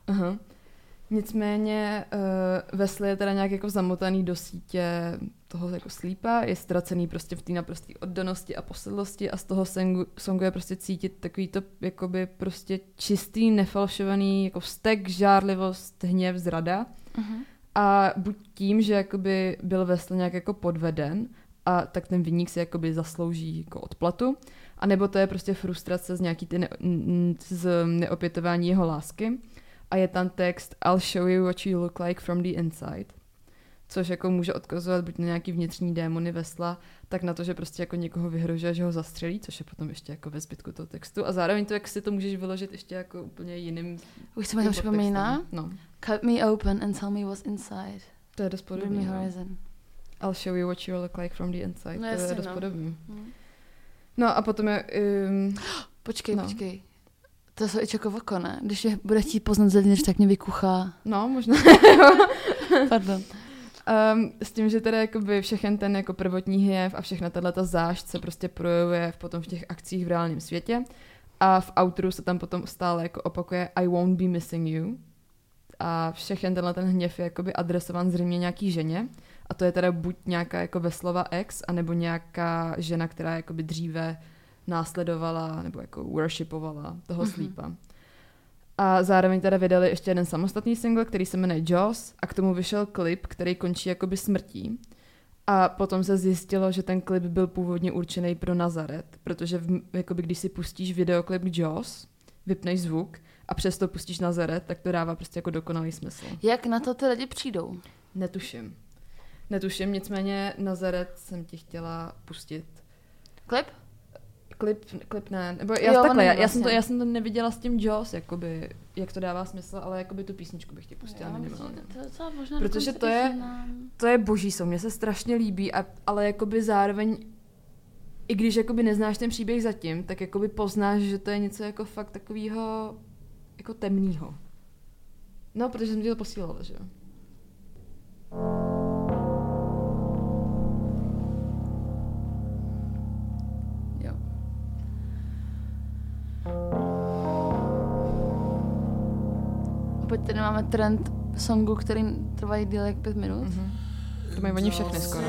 Nicméně Wesley je teda nějak jako zamotaný do sítě toho jako Sleepa, je ztracený prostě v té naprosté oddanosti a posedlosti a z toho songu je prostě cítit takový to jakoby prostě čistý, nefalšovaný jako vztek, žárlivost, hněv, zrada. A buď tím, že jakoby byl Wesley nějak jako podveden a tak ten viník si jakoby zaslouží jako odplatu, a nebo to je prostě frustrace z nějaký z neopětování jeho lásky. A je tam text I'll show you what you look like from the inside. Což jako může odkazovat buď na nějaký vnitřní démony Wesla, tak na to, že prostě jako někoho vyhrožuje, že ho zastřelí, což je potom ještě jako ve zbytku toho textu. A zároveň to, jak si to můžeš vyložit ještě jako úplně jiným. Už se mi to připomíná? No. Cut me open and tell me what's inside. To je dost podobný. Horizon. I'll show you what you look like from the inside. No, to jasně, je dost podobný. No a potom je... Počkej. To jsou i čokovako, ne? Když je bude chtít poznat zevnitř, tak mě vykuchá. No, možná. Pardon. S tím, že teda jakoby všechen ten jako prvotní hněv a všechna tato zášť se prostě projevuje potom v těch akcích v reálném světě. A v outru se tam potom stále jako opakuje I won't be missing you. A všechen ten hněv je jakoby adresovan zřejmě nějaký ženě. A to je teda buď nějaká jako Weslova ex, anebo nějaká žena, která jakoby dříve následovala nebo jako worshipovala toho Sleepa. A zároveň teda vydali ještě jeden samostatný single, který se jmenuje Jaws a k tomu vyšel klip, který končí jakoby smrtí. A potom se zjistilo, že ten klip byl původně určený pro Nazaret, protože jakoby když si pustíš videoklip Jaws, vypneš zvuk a přesto pustíš Nazaret, tak to dává prostě jako dokonalý smysl. Jak na to ty lidi přijdou? Netuším, nicméně Nazaret jsem ti chtěla pustit. Klip ne, nebo já jsem to neviděla s tím Jaws, jakoby, jak to dává smysl, ale jakoby tu písničku bych ti pustila minimálně. Protože to je boží song, mně se strašně líbí, ale jakoby zároveň, i když jakoby neznáš ten příběh zatím, tak jakoby poznáš, že to je něco jako fakt takového jako temného. No, protože jsem ti to posílala, že jo. Jo. Opět tady máme trend songu, který trvají díl jak 5 minut. Mhm. To mají oni všechny skoro.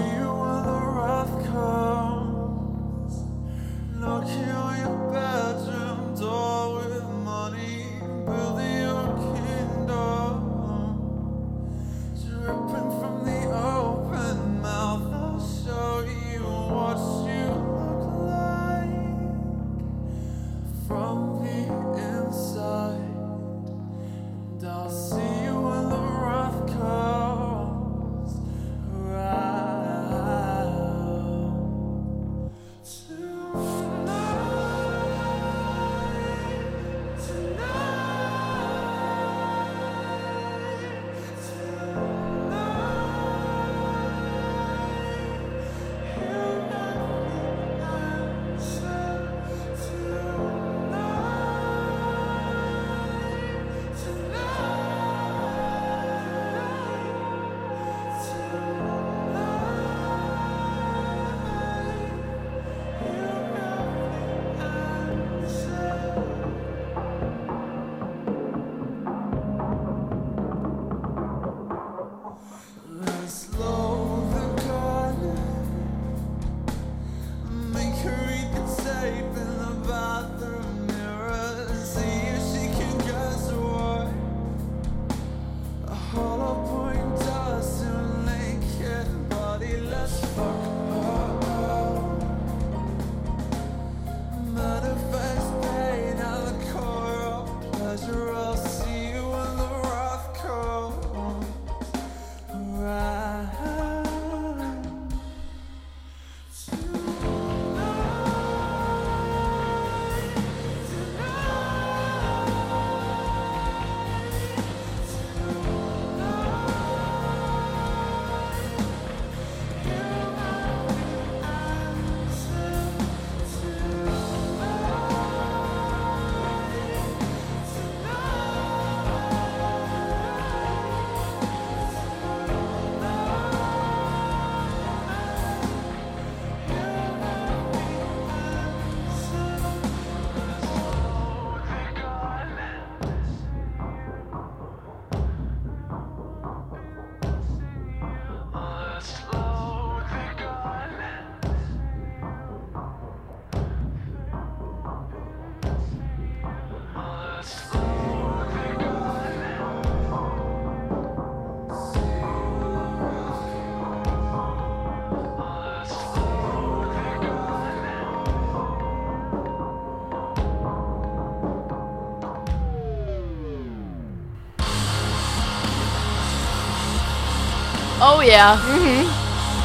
Oh yeah. Mhm.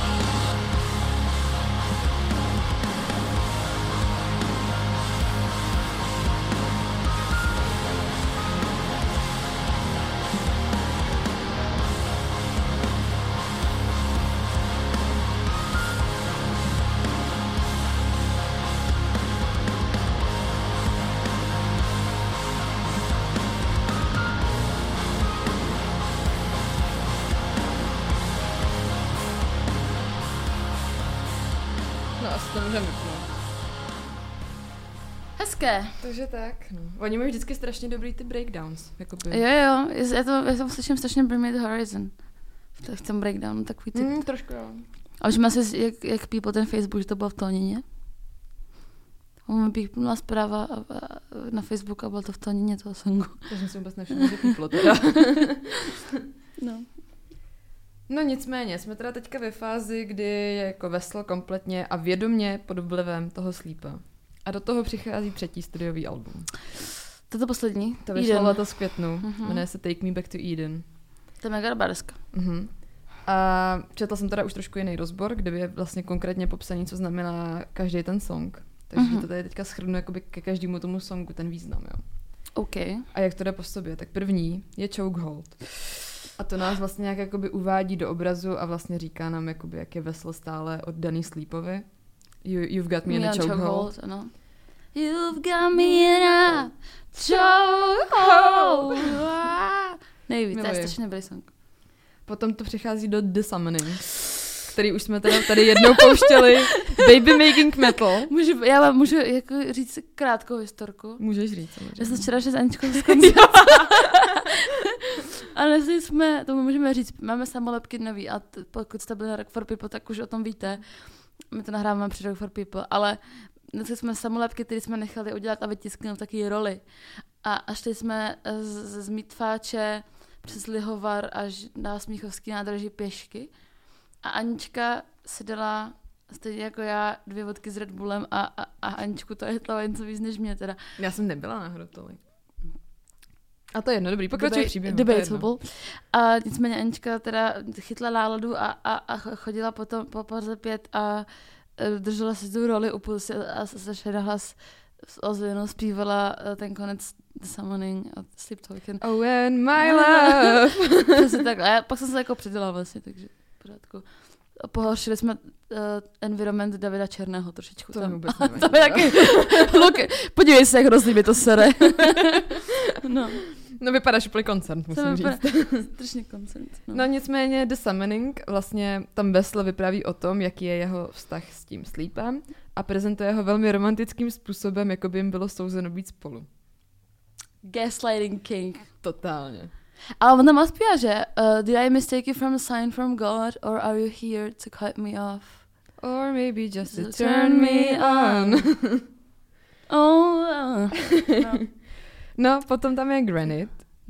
No asi to můžeme vypnout. Hezké. Takže tak. No. Oni mají vždycky strašně dobrý ty breakdowns. Jakoby. Jo, já to slyším strašně Bring Me the Horizon. V tom breakdownu takový ty. Trošku jo. A už má si, jak pípl ten Facebook, že to bylo v tónině. On mi pípnula zpráva na Facebook a bylo to v tónině toho songu. Takže jsem si vůbec nevšimla, že píplo teda. No. No nicméně, jsme teda teďka ve fázi, kdy je jako vesel kompletně a vědomě pod vlivem toho Sleepa. A do toho přichází 3. studiový album. To je to poslední. To vyšlo letos v květnu. Jmenuje se Take Me Back to Eden. To je mega dobrá deska. A četla jsem teda už trošku jiný rozbor, kde je vlastně konkrétně popsaný, co znamená každý ten song. Takže to tady teďka shrnu jakoby ke každému tomu songu ten význam, jo. OK. A jak to jde po sobě? Tak první je Chokehold. A to nás vlastně nějak jakoby uvádí do obrazu a vlastně říká nám, jakoby, jak je vesel stále oddaný Sleepovi. You've got me in a chokehold. Ano. You've got me in a chokehold. Nejvíc, to je strašně dobrý song. Potom to přichází do The Summoning, který už jsme teda tady jednou pouštěli. Baby Making Metal. Já vám můžu jako říct krátkou historku? Můžeš říct. Já jsem včera šla s Aničkou z koncertu. A nesli jsme, to můžeme říct, máme samolepky nový a pokud jste byli na Rock for People, tak už o tom víte. My to nahráváme při Rock for People, ale nesli jsme samolepky, které jsme nechali udělat a vytisknout taky roli. A šli jsme z Mítfáče přes Lihovar až na Smíchovský nádraží pěšky. A Anička si dala, stejně jako já, 2 vodky s Red Bullem a Aničku to je něco víc než mě teda. Já jsem nebyla náhodou tolik. A to je jedno, dobrý, pokračuj příběhu. Debatable. A nicméně Anička teda chytla náladu a chodila potom po Praze 5 a držela si tu roli u pulsy a se nahlas ozvěnou zpívala ten konec The Summoning a Sleep Token. Oh and my love. Přesně tak. A pak jsem se jako předělala vlastně, takže v pořádku. Pohoršili jsme environment Davida Černého trošičku. To tam. vůbec nevím. To je taky podívej se, jak hrozný mi to sere. No vypadáš úplně koncert, musím říct. Strašně koncert. No nicméně The Summoning, vlastně tam Veslo vypráví o tom, jaký je jeho vztah s tím Sleepem a prezentuje ho velmi romantickým způsobem, jako by jim bylo souzeno být spolu. Gaslighting king. Totálně. A on tam zpívá, že did I mistake you from a sign from God or are you here to cut me off? Or maybe just to turn me on. No, potom tam je Granite.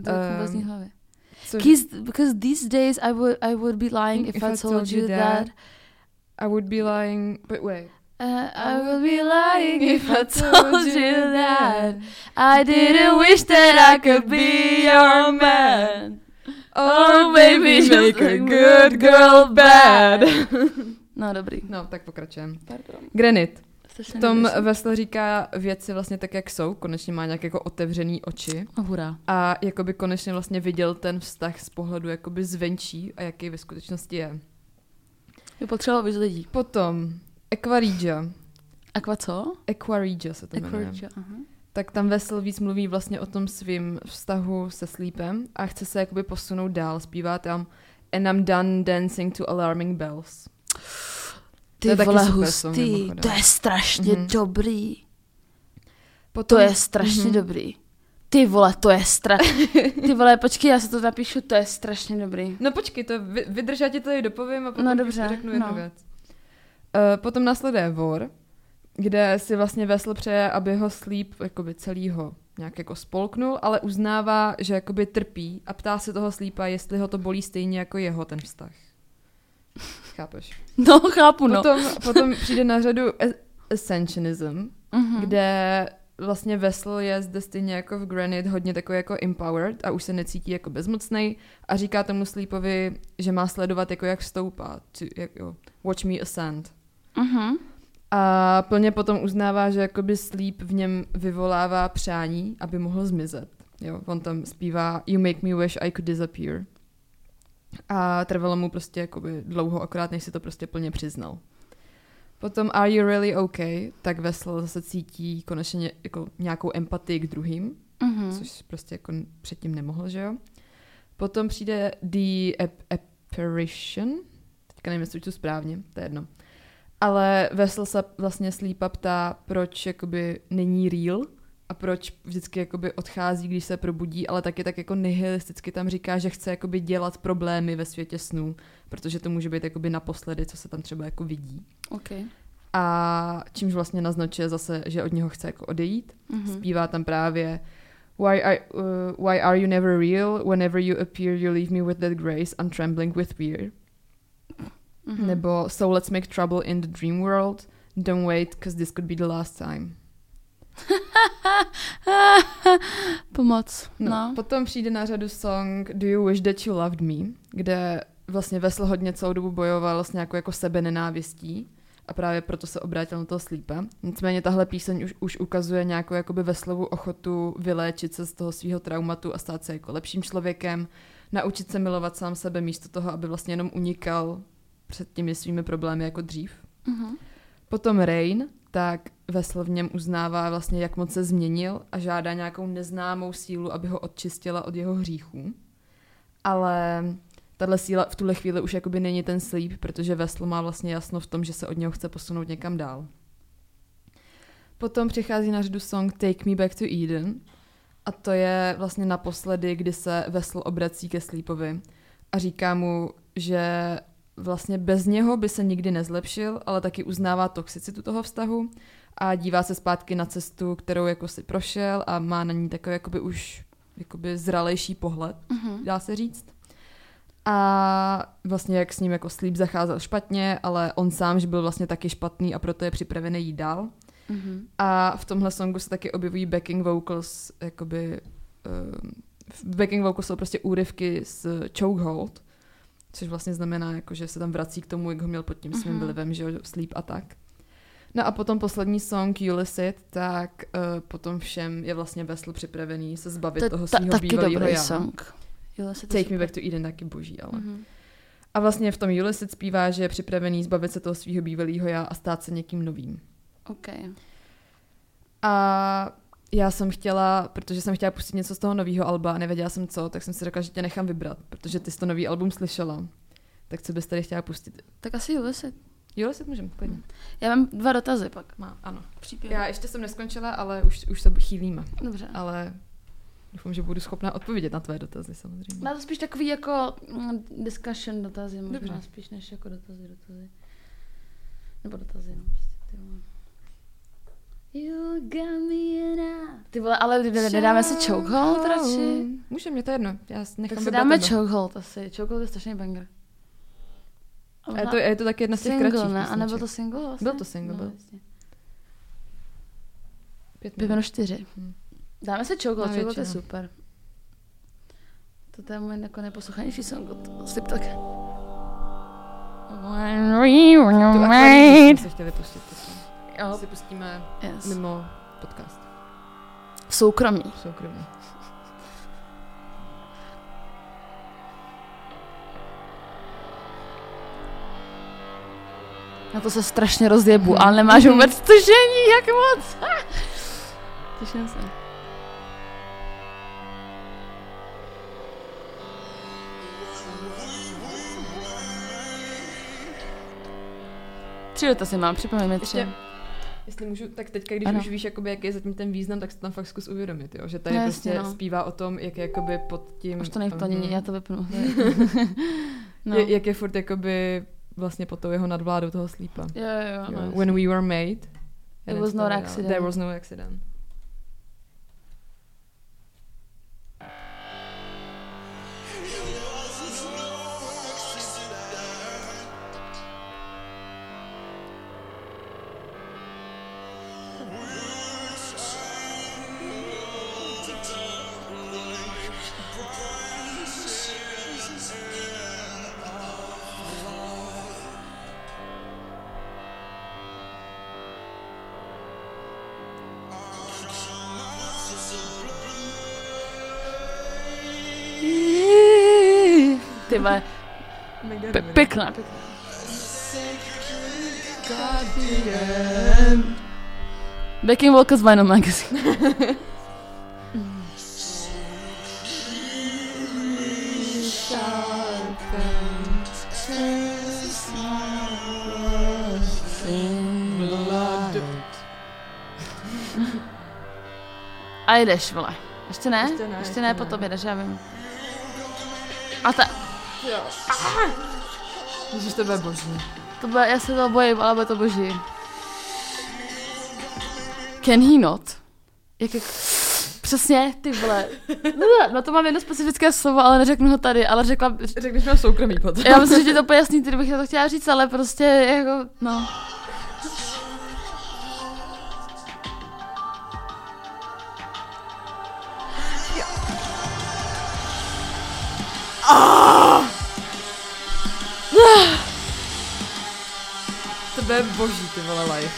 Because these days I would be lying if I told you that. I would be lying, but wait. I would be lying if I told you that I didn't wish that I could be your man. Oh baby, make a good girl bad. No dobrý. No, tak pokračujeme. Granite. V tom Vesle říká věci vlastně tak, jak jsou. Konečně má nějak jako otevřený oči. Hurá. A jakoby konečně vlastně viděl ten vztah z pohledu jakoby zvenčí a jaký ve skutečnosti je. Je potřeba víc lidí. Potom Aquarigia. Aqua co? Aquarigia se to jmenuje. Tak tam Vesel víc mluví vlastně o tom svým vztahu se Sleepem a chce se jakoby posunout dál. Zpívá tam And I'm done dancing to alarming bells. Ty vole hustý, to je strašně dobrý. Potom, to je strašně dobrý. Ty vole, to je Ty vole, počkej, já se to napíšu, to je strašně dobrý. No počkej, to vydrž, já ti to dopovím a potom dobře, řeknu jednu věc. Potom následuje War, kde si vlastně Vesel přeje, aby ho Sleep jakoby celýho nějak jako spolknul, ale uznává, že jakoby trpí a ptá se toho Sleepa, jestli ho to bolí stejně jako jeho ten vztah. Chápeš? No, chápu, no. Potom přijde na řadu Ascensionism, kde vlastně Vesel je zde stejně jako v Granite hodně takový jako empowered a už se necítí jako bezmocnej a říká tomu Sleepovi, že má sledovat jako jak stoupá. Jako, watch me ascend. A plně potom uznává, že jakoby Sleep v něm vyvolává přání, aby mohl zmizet. Jo, on tam zpívá You make me wish I could disappear. A trvalo mu prostě jakoby dlouho, akorát než si to prostě plně přiznal. Potom Are you really okay? Tak Vesel zase cítí konečně jako nějakou empatii k druhým, což prostě jako předtím nemohl, že jo? Potom přijde The Apparition, teďka nevím, jestli to správně, to je jedno. Ale Vesel se vlastně Sleepa ptá, proč jakoby není real a proč vždycky jakoby odchází, když se probudí, ale taky tak jako nihilisticky tam říká, že chce jakoby dělat problémy ve světě snů, protože to může být jakoby naposledy, co se tam třeba jako vidí. Okay. A čímž vlastně naznačuje zase, že od něho chce jako odejít. Zpívá tam právě Why are you never real? Whenever you appear, you leave me with that grace. I'm trembling with fear. Nebo So let's make trouble in the dream world. Don't wait, because this could be the last time. Pomoc. No. Potom přijde na řadu song Do you wish that you loved me, kde vlastně Vesel hodně celou dobu bojoval s nějakou jako sebenenávistí a právě proto se obrátil na toho Sleepa. Nicméně tahle píseň už ukazuje nějakou jakoby Veslovu ochotu vyléčit se z toho svého traumatu a stát se jako lepším člověkem, naučit se milovat sám sebe místo toho, aby vlastně jenom unikal před těmi svými problémy jako dřív. Potom Rain, tak Vesel v něm uznává vlastně, jak moc se změnil a žádá nějakou neznámou sílu, aby ho odčistila od jeho hříchů. Ale tahle síla v tuhle chvíli už jakoby není ten Sleep, protože Wessel má vlastně jasno v tom, že se od něho chce posunout někam dál. Potom přichází na řadu song Take Me Back to Eden a to je vlastně naposledy, kdy se Wessel obrací ke Sleepovi a říká mu, že vlastně bez něho by se nikdy nezlepšil, ale taky uznává toxicitu toho vztahu a dívá se zpátky na cestu, kterou jako si prošel a má na ní takový jakoby už jakoby zralejší pohled, dá se říct. A vlastně jak s ním jako Sleep zacházel špatně, ale on sám, že byl vlastně taky špatný a proto je připravený jít dál. A v tomhle songu se taky objevují backing vocals, jakoby backing vocals jsou prostě úryvky z Chokehold, což vlastně znamená, jako, že se tam vrací k tomu, jak ho měl pod tím svým vlivem, že jo, Sleep a tak. No a potom poslední song Ulysses, tak potom všem je vlastně Wessel připravený se zbavit toho svého bývalého já. Song. Take Me Back to Eden taky boží, ale. A vlastně v tom Ulysses zpívá, že je připravený zbavit se toho svého bývalého já a stát se někým novým. Okay. A já jsem chtěla, protože jsem chtěla pustit něco z toho nového alba a nevěděla jsem co, tak jsem si řekla, že tě nechám vybrat, protože ty jsi to nový album slyšela. Tak co bys tady chtěla pustit? Tak asi Ulysses. Ulysses můžeme, klidně. Já mám 2 dotazy pak. Ano. Přípěv. Já ještě jsem neskončila, ale už se chýlíme. Dobře. Ale doufám, že budu schopná odpovědět na tvé dotazy samozřejmě. Má to spíš takový jako discussion dotazy, možná Dobře. spíš než jako dotazy. Nebo dotazy, no prostě, ty vole. You got me now. Ty vole, ale nedáme si Chokehold radši? Můžeme, mě to jedno. Já nechám Tak si vybrat dáme tebe. Chokehold asi. Chokehold je strašný banger. A je to taky jedna z těch kratších single, ne? A písniček. nebyl to single vlastně? Byl to single, byl. Jasně. 5 minut 4. Dáme si Chokehold, No, Chokehold je většina. super. To je můj jako nejposlouchanější song od Sleep tak. When we were Tu akvarii made. jsme se chtěli pustit. To si pustíme mimo podcast. Soukromí. Soukromí. Na to se strašně rozjebu, ale nemáš vůbec tušení, jak moc. Těším se. Tři dotazy mám, připomeň mi 3. Jestli můžu, tak teďka, když už víš, jakoby, jaký je zatím ten význam, tak se tam fakt zkus uvědomit, jo? Že tady No, prostě jasně, no. zpívá o tom, jak je jakoby pod tím... Už to nejde, to není, já to vypnu. No. Jak je furt jakoby vlastně pod tou jeho nadvládou toho Sleepa. Jo. No, When we were made. There was no accident. There was no accident. Ty vole, pěkná. Backing vocals Vinyl Magazine. A jdeš, vole. Ještě ne? Ještě ne, potom jdeš, já vím. A ta... Jo. Ježiš, to bude boží. To bude, já se toho bojím, ale bude to boží. Can he not? Přesně, ty vole. No to mám jedno specifické slovo, ale neřeknu ho tady, ale řekla... Řekneš mi soukromý potom. Já myslím, že ti to pojasní, ty bych to chtěla říct, ale prostě jako, no. To bude boží, ty vole, live.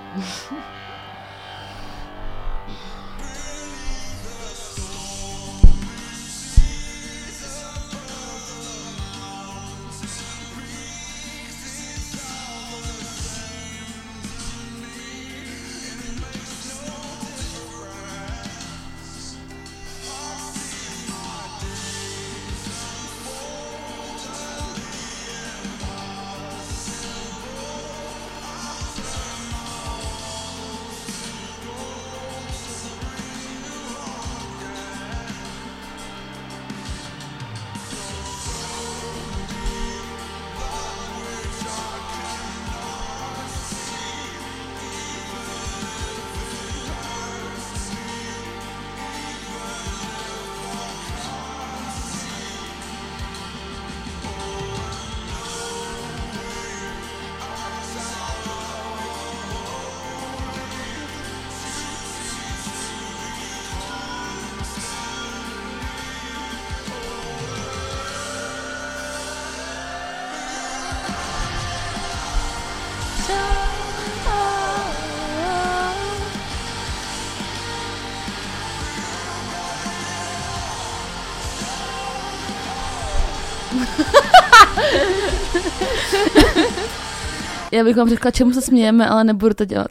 Já bych vám řekla, čemu se smějeme, ale nebudu to dělat.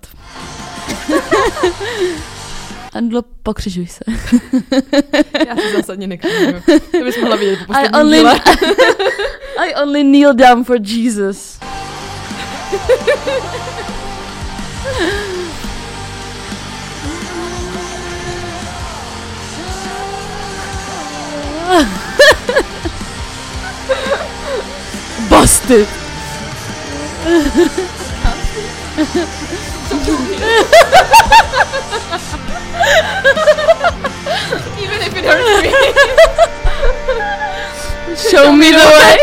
Andlo, pokřižuj se. Já se zásadně nekřižuju. To bys mohla vidět po posledním díle. I only kneel down for Jesus. Busted. Even if it hurts me. Show me the way.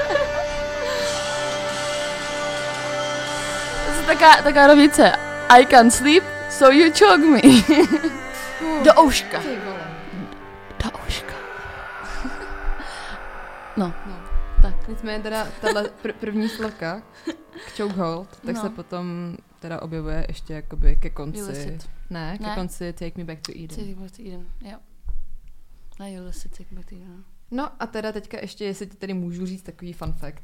To je taká rovnice. I can't sleep, so you choke me. Do ouška. Do ouška. No. Tak. Nicméně teda tahle první sloka k chokehold, tak se potom teda objevuje ještě jakoby ke konci. Ne, ke konci Take Me Back to Eden. Take Me Back to Eden, jo. Ne, Ulysses, Take Me Back to Eden. No a teda teďka ještě, jestli ti tedy můžu říct takový fun fact.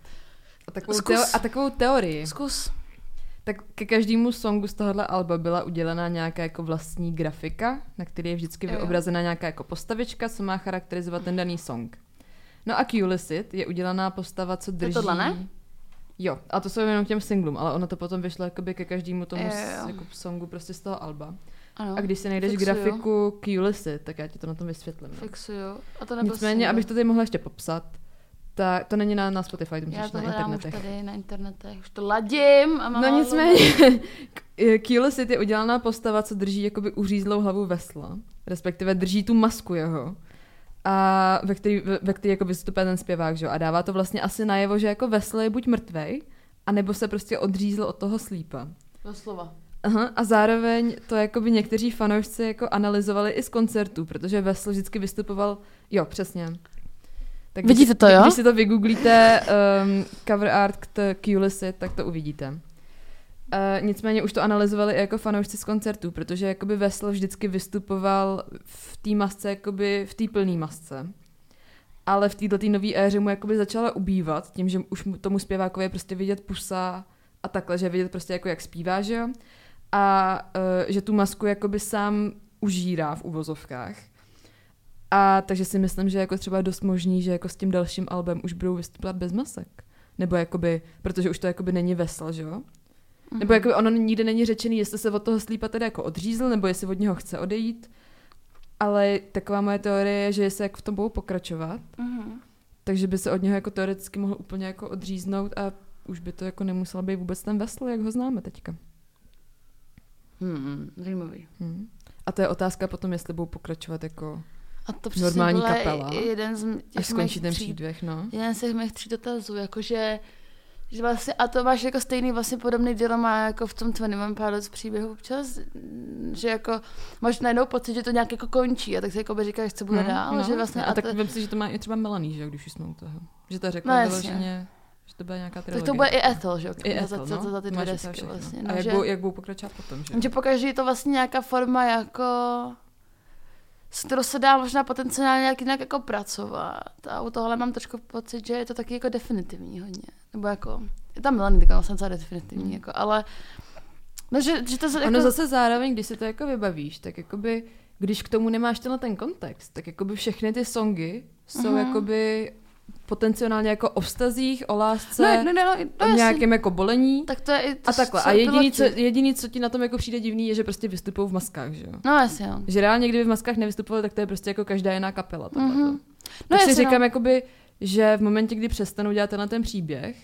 A takovou teorii. Zkus. Tak ke každému songu z tohohle alba byla udělaná nějaká jako vlastní grafika, na který je vždycky vyobrazena nějaká jako postavička, co má charakterizovat ten daný song. No a k Ulysses je udělaná postava, co drží... To tohle, ne? Jo, a to jsou jenom těm singlům, ale ono to potom vyšlo jakoby ke každému tomu jako songu prostě z toho alba. Ano, a když si najdeš grafiku k Ulysses, tak já ti to na tom vysvětlím. No. Fixuju. A to nicméně, abych to tady mohla ještě popsat, tak to není na Spotify, to musíš na internetech. Já to tady na internetech, už to ladím a mám. No nicméně, k Ulysses je udělaná postava, co drží jakoby uřízlou hlavu vesla, respektive drží tu masku jeho. A ve který jako vystupuje ten zpěvák, že? A dává to vlastně asi najevo, že jako Vesl je buď mrtvej, anebo se prostě odřízl od toho slípa. Doslova. Aha, a zároveň to jakoby někteří fanoušci jako analyzovali i z koncertů, protože Vesl vždycky vystupoval, jo, přesně. Tak vidíte to, jo? Když si to vygooglíte cover art k Ulysses, tak to uvidíte. Nicméně už to analyzovali i jako fanoušci z koncertů, protože jakoby Vesl vždycky vystupoval v té masce, jakoby v té plné masce. Ale v této nové éře mu jakoby začala ubývat, tím, že už tomu zpěvákovi je prostě vidět pusa a takhle, že vidět prostě jako jak zpívá, že jo? A že tu masku jakoby sám užírá v uvozovkách. A takže si myslím, že jako třeba dost možný, že jako s tím dalším albem už budou vystupovat bez masek. Nebo jakoby, protože už to jakoby není Vesl, že jo? Nebo jakoby ono nikdy není řečený, jestli se od toho slípa tedy jako odřízl, nebo jestli od něho chce odejít. Ale taková moje teorie je, že se jako v tom budou pokračovat. Takže by se od něho jako teoreticky mohl úplně jako odříznout a už by to jako nemuselo být vůbec ten Vesl, jak ho známe teďka. Zajímavý. A to je otázka potom, jestli budou pokračovat jako a to normální kapela. Jeden z až skončí ten příběh, no. Jeden z těch mých 3 dotazů, jakože že vlastně, a to máš jako stejný vlastně podobný dilema jako v tom 21 Pilots příběhu občas, že jako máš najednou pocit, že to nějak jako končí a tak si jako by říkáš, co bude dál, že vlastně... A tak vem si, že to má i třeba Melanie, že když už jsme u toho. Že ta řekla vyloženě, Že to byla nějaká trilogie. Tak to bude i Ethel, že jo? I Ethel, za ty 2 desky vlastně. A jak budou pokračovat potom, že? Že pokaždé je to vlastně nějaká forma jako s kterou se dá možná potenciálně nějak jako pracovat. A u tohle mám trošku pocit, že je to taky jako definitivní hodně. Nebo jako, je tam Melanie taková vlastně docela definitivní, jako, ale no, že to jako... Ono zase zároveň, když si to jako vybavíš, tak jakoby, když k tomu nemáš ten kontext, tak jakoby všechny ty songy jsou jakoby potenciálně jako o vztazích, o lásce, o nějakém jako bolení. Tak to je i to, a takhle. A jediný, co ti na tom jako přijde divný, je, že prostě vystupují v maskách, že jo? No jasně, jo. Že reálně, kdyby v maskách nevystupovali, tak to je prostě jako každá jiná kapela. No, tak si říkám, jakoby, že v momentě, kdy přestanou dělat ten příběh,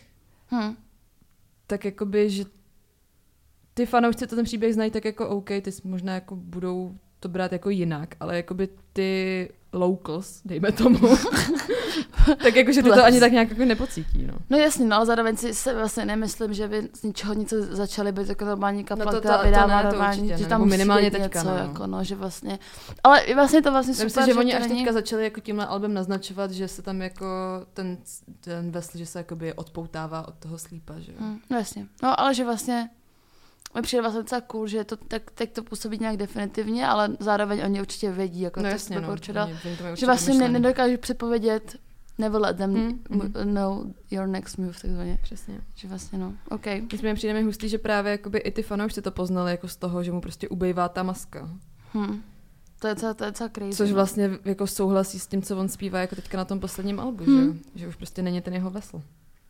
tak jakoby, že ty fanoušci, co ten příběh znají, tak jako OK, ty možná jako budou to brát jako jinak, ale jakoby ty locals, dejme tomu, tak jakože ty to ani tak nějak jako nepocítí, no. No jasně, no, ale zároveň si se vlastně nemyslím, že by z ničeho nic začaly být jako normální kapela, která vydává normální, že tam minimálně musí být teďka, něco, no. jako, no, že vlastně, ale vlastně to vlastně super, myslím, že oni až teďka začali jako tímhle albem naznačovat, že se tam jako ten Wesley, že se jakoby odpoutává od toho Sleepa, že jo. No jasně, no, ale že vlastně mi přijde vlastně docela cool, že to tak to působí nějak definitivně, ale zároveň oni určitě vědí, jako no, to jasně, no, že vlastně nedokážu předpovědět never let them know your next move, takzvaně. Přesně. Že vlastně no, OK. Nicméně přijde mi hustý, že právě jakoby i ty fanoušci to poznali jako z toho, že mu prostě ubejvá ta maska. To je docela crazy. Což vlastně jako souhlasí s tím, co on zpívá jako teďka na tom posledním albu, že už prostě není ten jeho Wesley.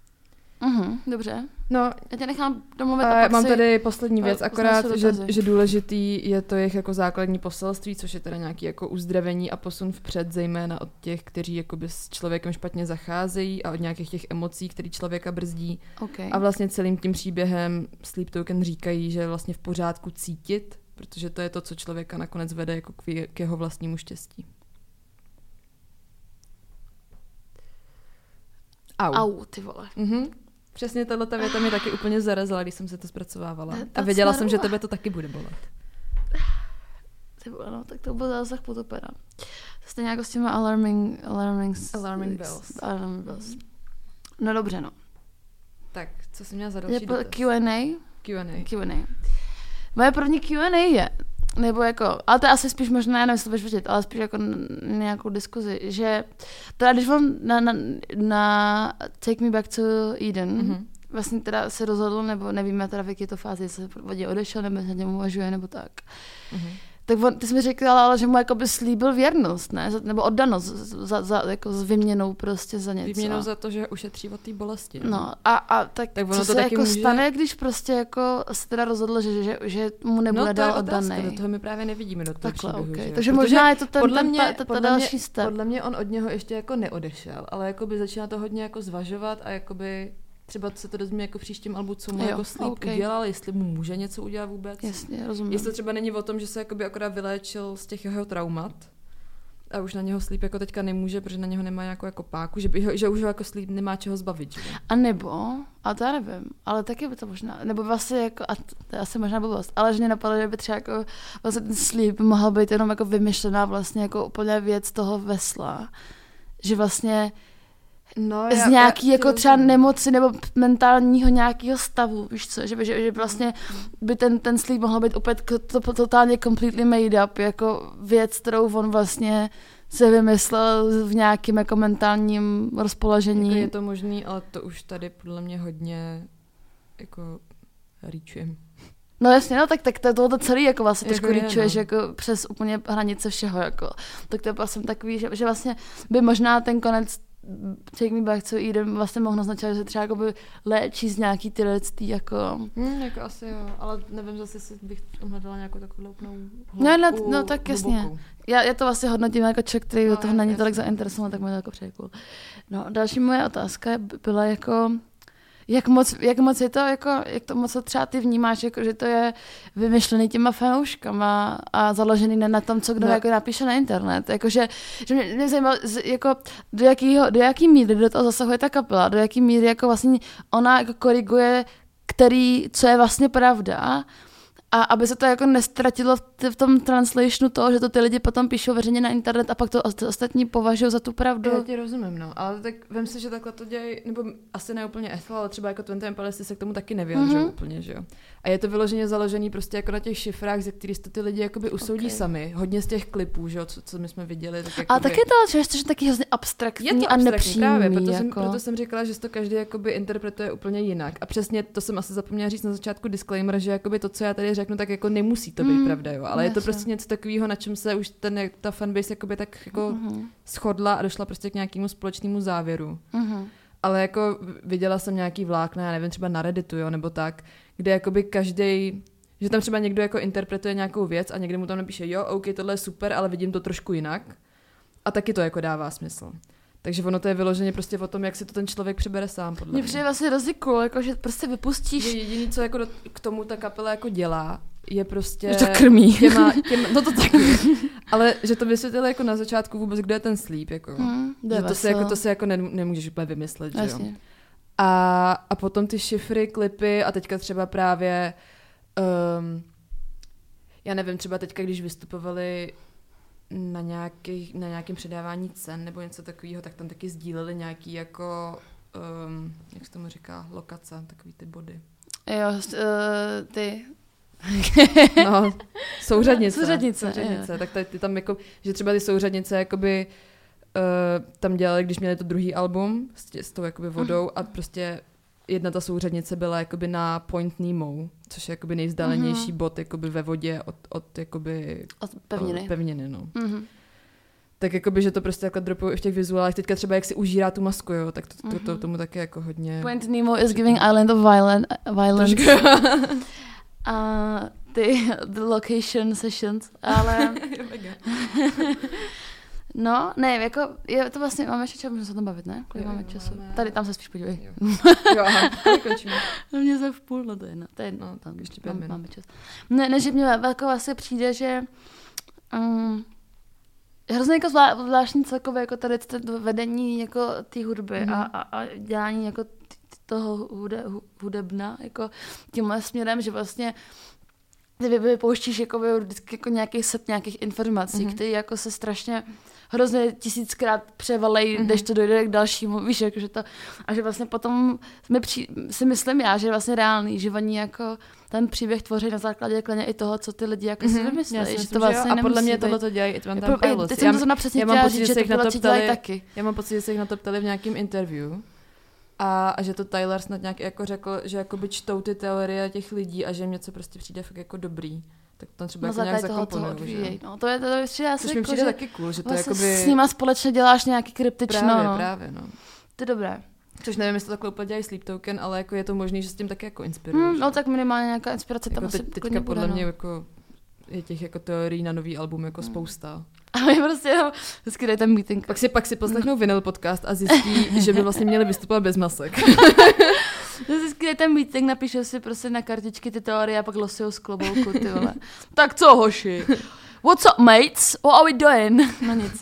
Dobře. No, já tě nechám domluvit. Mám tady poslední věc, akorát, že důležitý je to jejich jako základní poselství, což je teda nějaký jako uzdravení a posun vpřed, zejména od těch, kteří jakoby s člověkem špatně zacházejí a od nějakých těch emocí, které člověka brzdí. Okay. A vlastně celým tím příběhem Sleep Token říkají, že je vlastně v pořádku cítit, protože to je to, co člověka nakonec vede jako k jeho vlastnímu štěstí. Au, ty vole. Přesně tato věta mi taky úplně zarazila, když jsem se to zpracovávala. A věděla jsem, že tebe to taky bude bolet. Ty vole, no, tak to byl zásah potopena. Stejně jako s těma alarming bells. No dobře, no. Tak, co jsi měla za další dotaz? Q&A. Moje první Q&A je, nebo jako, ale to je asi spíš možná, nevím, jestli to budeš vidět, ale spíš jako nějakou diskuzi, že teda když mám na Take Me Back to Eden, vlastně teda se rozhodl, nebo nevíme teda v jaké to fázi, se vodě odešel, nebo se něm uvažuje, nebo tak. Tak ty jsi mi řekla, ale že mu jakoby slíbil věrnost, ne? Nebo oddanost jako s vyměnou prostě za něco. Vyměnou za to, že ušetří od té bolesti. No a tak co to se jako stane, když prostě jako se teda rozhodl, že mu nebude dál oddaný. Do toho my právě nevidíme do toho příběhu. Okay. Takže možná je to ta další step. Podle mě on od něho ještě jako neodešel, ale jakoby začíná to hodně jako zvažovat a jakoby třeba se to dozvíme jako v příštím albu, co mu jako Sleep udělal, jestli mu může něco udělat vůbec. Jasně, rozumím. Jestli třeba není o tom, že se jakoby akorát vyléčil z těch jeho traumat a už na něho Sleep jako teďka nemůže, protože na něho nemá nějakou jako páku, že už ho jako Sleep nemá čeho zbavit. Že? A nebo, a to já nevím, ale taky by to možná, nebo vlastně jako, a to je asi možná blbost, ale že mě napadlo, že by třeba jako vlastně ten Sleep mohl být jenom jako vymyšlená vlastně jako úplně věc toho Vesla, že vlastně z nějaký jako třeba nemoci nebo mentálního nějakého stavu, víš co, že vlastně by ten Sleep mohl být opět totálně completely made up, jako věc, kterou on vlastně se vymyslel v nějakém jako mentálním rozpoložení. Jako je to možný, ale to už tady podle mě hodně jako reachujem. No jasně, no tak tohle celý jako vlastně trošku reachuješ jako přes úplně hranice všeho, jako. Tak to je vlastně takový, že vlastně by možná ten konec Take Me Back to Eden vlastně mohl naznačit, že se třeba jakoby léčí z nějaký tyhle jako... jako asi jo, ale nevím, zase si bych hledala nějakou takovou no tak jasně. Já to vlastně hodnotím jako člověk, který do toho není tolik zainteresovaný, tak mě to jako přijde cool. No další moje otázka byla jako... Jak moc je to, jako, jak to moc třeba ty vnímáš, jako, že to je vymyšlený těma fanouškama a založený na tom, co kdo jako napíše na internet. Jakože, že mě zajímalo, jako, do jaký míry do toho zasahuje ta kapela, do jaký míry jako vlastně ona jako koriguje, co je vlastně pravda A aby se to jako nestratilo v tom translationu toho, že to ty lidi potom píšou veřejně na internet a pak to ostatní považují za tu pravdu. Já ti rozumím, no. Ale tak vem si, že takhle to dělají, nebo asi ne úplně Ethel, ale třeba jako 20 Empires se k tomu taky nevyjadřují úplně, že jo. A je to vyloženě založený prostě jako na těch šifrách, ze kterých to ty lidi jakoby usoudí sami. Hodně z těch klipů, že jo, co my jsme viděli. Tak jakoby... A taky to, že je taky hrozně abstraktní a nepřímý. Právě, jako. proto jsem říkala, že to každý jakoby interpretuje úplně jinak. A přesně to jsem asi zapomněla říct na začátku disclaimer, že jakoby to, co já tady řeknu, tak jako nemusí to být pravda, jo. Ale je to prostě něco takového, na čem se už ta fanbase jakoby tak jako shodla a došla prostě k nějakému společnému závěru. Ale jako viděla jsem nějaký vlákna, já nevím, třeba na Redditu, jo, nebo tak, kde jakoby každej, že tam třeba někdo jako interpretuje nějakou věc a někdy mu tam napíše, jo, OK, tohle je super, ale vidím to trošku jinak. A taky to jako dává smysl. Takže ono to je vyloženě prostě o tom, jak si to ten člověk přebere sám, podle mě. Mně přijde vlastně cool, jako že prostě vypustíš. Jediné, co jako k tomu ta kapela jako dělá, je prostě... Že to krmí. No to taky. Ale že to vysvětlili jako na začátku vůbec, kdo je ten sleep, jako. Že to se jako nemůžeš úplně vymyslet, že jo. A potom ty šifry, klipy a teďka třeba právě já nevím, třeba teďka, když vystupovali na nějakém předávání cen nebo něco takového, tak tam taky sdíleli nějaký jako, jak se tomu říká, lokace, takový ty body. Jo, ty... No, souřadnice. Je. Tak ty tam jako, že třeba ty souřadnice jakoby tam dělali, když měli to druhý album s tou jakoby vodou a prostě jedna ta souřadnice byla jakoby na Point Nemo, což je jakoby nejvzdálenější bod jakoby ve vodě od jakoby od pevniny. No. Tak jakoby, že to prostě takhle dropují i v těch vizuálech. Teďka třeba jak si užírá tu masku, jo, tak to tomu taky jako hodně... Point Nemo is giving Island of Violence. A the location sessions, ale... No, ne, jako, je to vlastně, máme ještě čas, můžeme se o tom bavit, ne? Kolik máme času? Tady, tam se spíš podívej. Jo, aha, končíme. No mě se v půl, no to je jedno, tam ještě máme čas. Ne, že mě jako vlastně přijde, že hrozně jako zvláštní celkově jako tady vedení jako té hudby a dělání jako toho hudebna, jako tímhle směrem, že vlastně ty vypouštíš jako vždycky jako nějaký set nějakých informací, které jako se strašně hrozně 1000krát převalej, než to dojde k dalšímu, víš, jako, že to, a že vlastně potom si myslím já, že je vlastně reálný, že oni jako ten příběh tvoří na základě klidně i toho, co ty lidi jako si vymyslí, že to vlastně a podle mě tohle to dělají i 20 Pilots. Teď jsem to přesně chtěla říct, že to dělají taky. Já mám pocit, že se jich na to ptali v nějakém interview. A že to Tyler snad nějak jako řekl, že jakoby čtou ty teorie těch lidí a že jim něco prostě přijde fakt jako dobrý. Tak tam třeba jako nějak zakomponují. No, to je což mi přijde taky cool, že to vlastně jakoby... s nima společně děláš nějaký kryptično. Právě, no. To je dobré. Což nevím, jestli to takhle úplně dělají Sleep Token, ale jako je to možný, že s tím taky jako inspiruješ. No tak minimálně nějaká inspirace tam jako asi teďka podle mě jako je těch jako teorií na nový album jako spousta. A my prostě jenom vždycky dají ten meeting. Pak si poslechnou vinyl podcast a zjistí, že by vlastně měli vystupovat bez masek. Vždycky dají ten meeting, napíšou si prostě na kartičky ty teorie a pak losujou z klobouku, ty vole. Tak co, hoši? What's up, mates? What are we doing? No nic.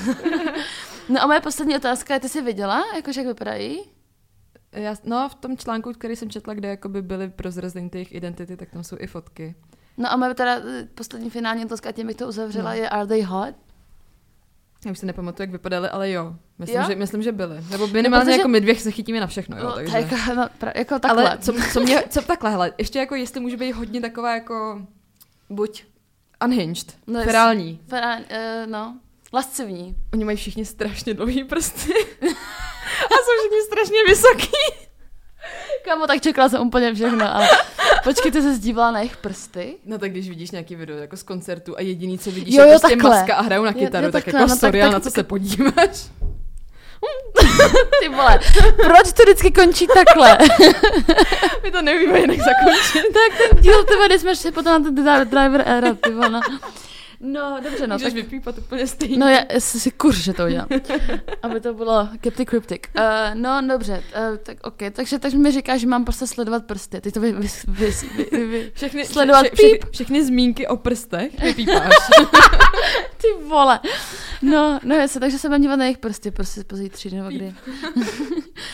No a moje poslední otázka, ty jsi viděla, jakože jak vypadají? No, v tom článku, který jsem četla, kde jakoby byly prozrazeny ty jejich identity, tak tam jsou i fotky. No a moje teda poslední finální otázka, a tím bych to uzavřela, je Are they hot? Já už si nepamatuju, jak vypadaly, ale jo. Myslím, že byly. Nebo minimálně jako my dvě se chytíme na všechno, jo. No, takže... jako takhle. Ale co takhle, hele, ještě jako jestli může být hodně taková jako buď unhinged, ferální. No, lascivní. Oni mají všichni strašně dlouhý prsty. A jsou všichni strašně vysoký. Kámo, tak čekala jsem úplně všechno, ale počkej, ty se zdívala na jejich prsty? No tak když vidíš nějaký video jako z koncertu a jediný, co vidíš, je prostě maska a hrajou na kytaru, tak jako sorry, na co se podíváš? Ty vole, proč to vždycky končí takhle? My to neumíme jinak zakončit. Tak ten díl, ty jsme šli potom na ten driver era, ty vole. No, dobře, no. Můžeš vypípat úplně stejně. No, já si kurz, že to udělám. Aby to bylo cryptic. No, dobře, tak OK. Takže mi říkáš, že mám prostě sledovat prsty. Ty to sledovat všechny zmínky o prstech vypípáš. Ty vole. No, jasně, takže se mám dívat na jejich prsty, prostě pozítří, nebo kdy.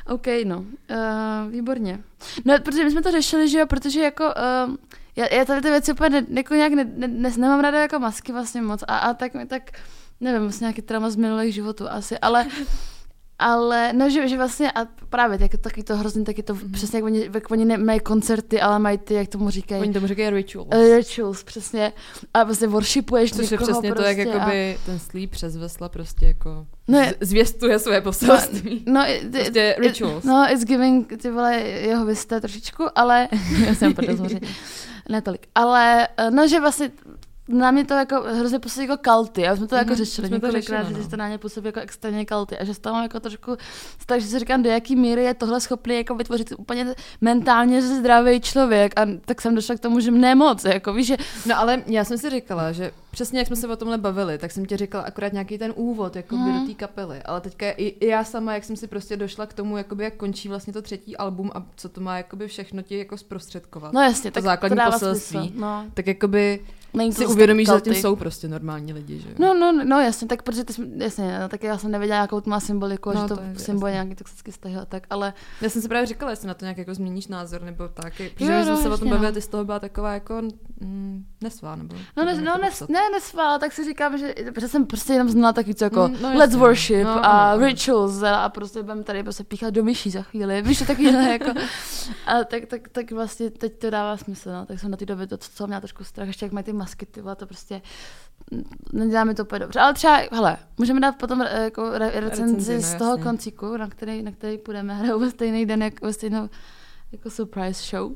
OK, no. Výborně. No, protože my jsme to řešili, že jo, protože jako já tady ty věci úplně jako nějak nemám ráda jako masky vlastně moc a tak nevím, vlastně nějaký trauma z minulých životů asi, ale no, že vlastně a právě taky to hrozně, taky to přesně, jak oni nemají koncerty, ale mají ty, jak tomu říkají. Oni tomu říkají rituals. Rituals, přesně. A vlastně worshipuješ což někoho je přesně prostě. To, jak jakoby ten slíp přes vesla prostě jako zvěstuje své poselství. Prostě rituals. No, it's giving, ty vole, jeho vysté trošičku, ale já jsem protože ne tolik. Ale no, že vlastně na mě to jako hrozně působí jako kalty, a jsme to jako řešili několikrát, že to na ně působí jako extrémně kalty a že z toho mám jako trošku, takže si říkám, do jaký míry je tohle schopný jako vytvořit úplně mentálně zdravý člověk a tak jsem došla k tomu, že ne moc, jako víš, že... No ale já jsem si říkala, že přesně jak jsme se o tomhle bavili, tak jsem ti říkala akorát nějaký ten úvod jakoby do té kapely, ale teďka i já sama, jak jsem si prostě došla k tomu, jakoby jak končí vlastně to 3. album a co to má jakoby všechno ti jako zprostředkovat. No jasně, tak základní to dává poselství. Smysl, no. Tak jakoby si to uvědomíš, že zatím jsou prostě normální lidi, že jo? No jasně, tak protože jasně, tak já jsem nevěděla, jakou to má symboliku, že to symbol nějaký toxický vztah a tak, ale... Já jsem si právě říkala, jestli na to nějak jako změníš názor, nebo tak, protože jsme se o tom bavili, ty z toho byla taková jako nesvá, nebo... Nesvá, tak si říkám, že jsem prostě jenom znala tak víc jako let's worship a rituals a prostě budeme tady prostě píchat do myší za chvíli, víš, takovýhle jako... A tak vlastně teď to dává smysl, no, tak jsem na té době to, co měla trošku strach, ještě jak mají ty masky, ty vole, to prostě nedělá mi to úplně dobře. Ale třeba, hele, můžeme dát potom jako recenzi z toho koncíku, na který půjdeme, hrajou ve stejný den, ve stejnou jako surprise show.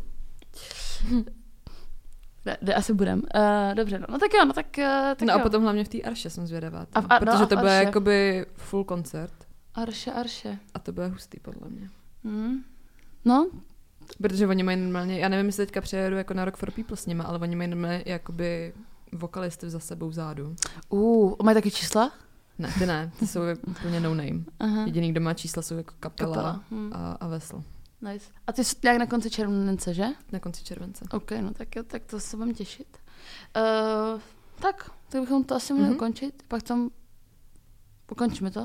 Kde asi budem. Dobře, no tak jo, tak no jo. A potom hlavně v té Arše jsem zvědavá. Protože to bude jakoby full koncert. Arše. A to bude hustý, podle mě. No. Protože oni mají normálně, já nevím, jestli teďka přejedu jako na Rock for People s nima, ale oni mají normálně jakoby vokalisty za sebou vzadu. Mají taky čísla? Ne, ty jsou úplně no name. Aha. Jediný, kdo má čísla, jsou jako kapela. A veslo. Nice. A ty jsi nějak na konci července, že? Na konci července. OK, no tak jo, tak to se budem těšit. Tak bychom to asi mohli ukončit, pak tam ukončíme to.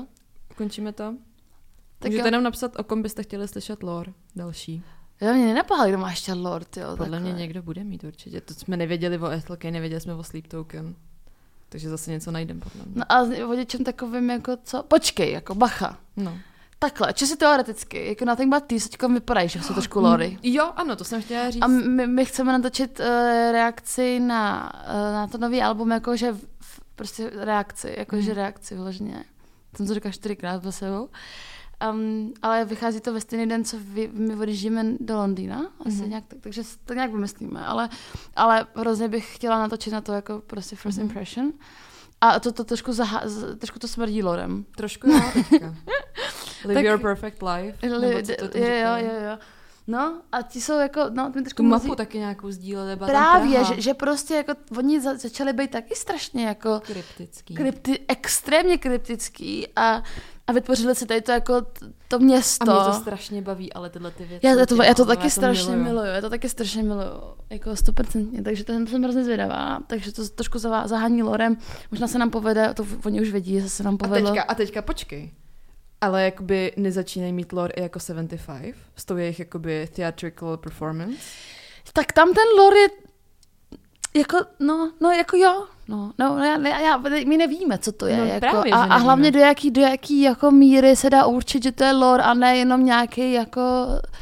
Tak můžete nám napsat, o kom byste chtěli slyšet lore další. Já mě nenapadla, kdo má ještě lore, tyjo. Podle mě někdo bude mít určitě. To jsme nevěděli o Ethel Kay, nevěděli jsme o Sleep Token. Takže zase něco najdeme, podle mě. No a o něčem takovým jako co? Počkej, jako bacha. No. Takhle, čistě teoreticky, jako na ten ty teďka vypadají, že jsou trošku lory. Jo, ano, to jsem chtěla říct. A my chceme natočit reakci na to nový album, jakože prostě reakci, jakože reakci vložně. Jsem to říkala 4krát za sebou. Ale vychází to ve stejný den, co my odjíždíme do Londýna, asi nějak, takže to nějak vymyslíme, ale hrozně bych chtěla natočit na to jako prostě first impression. A to trošku to smrdí lorem. Trošku jo, teďka. Live your perfect life. Jo. No a ti jsou jako, no, my trošku tu mapu taky nějakou sdíleli. Právě, že prostě jako oni začali být taky strašně jako extrémně kryptický a vytvořili si tady to jako to město. A mě to strašně baví, ale tyhle ty věci. Já to taky strašně miluju. Jako 100%, takže to jsem hrozně zvědavá, takže to trošku zahání lorem. Možná se nám povede, to oni už vědí, že se nám povedlo. A teďka počkej. Ale jakoby nezačínají mít lore i jako 75 s tou jejich jakoby theatrical performance. Tak tam ten lore je jako, jako jo. My nevíme, co to je. No, jako, právě, a hlavně do jaký jako míry se dá určit, že to je lore a ne jenom nějaký jako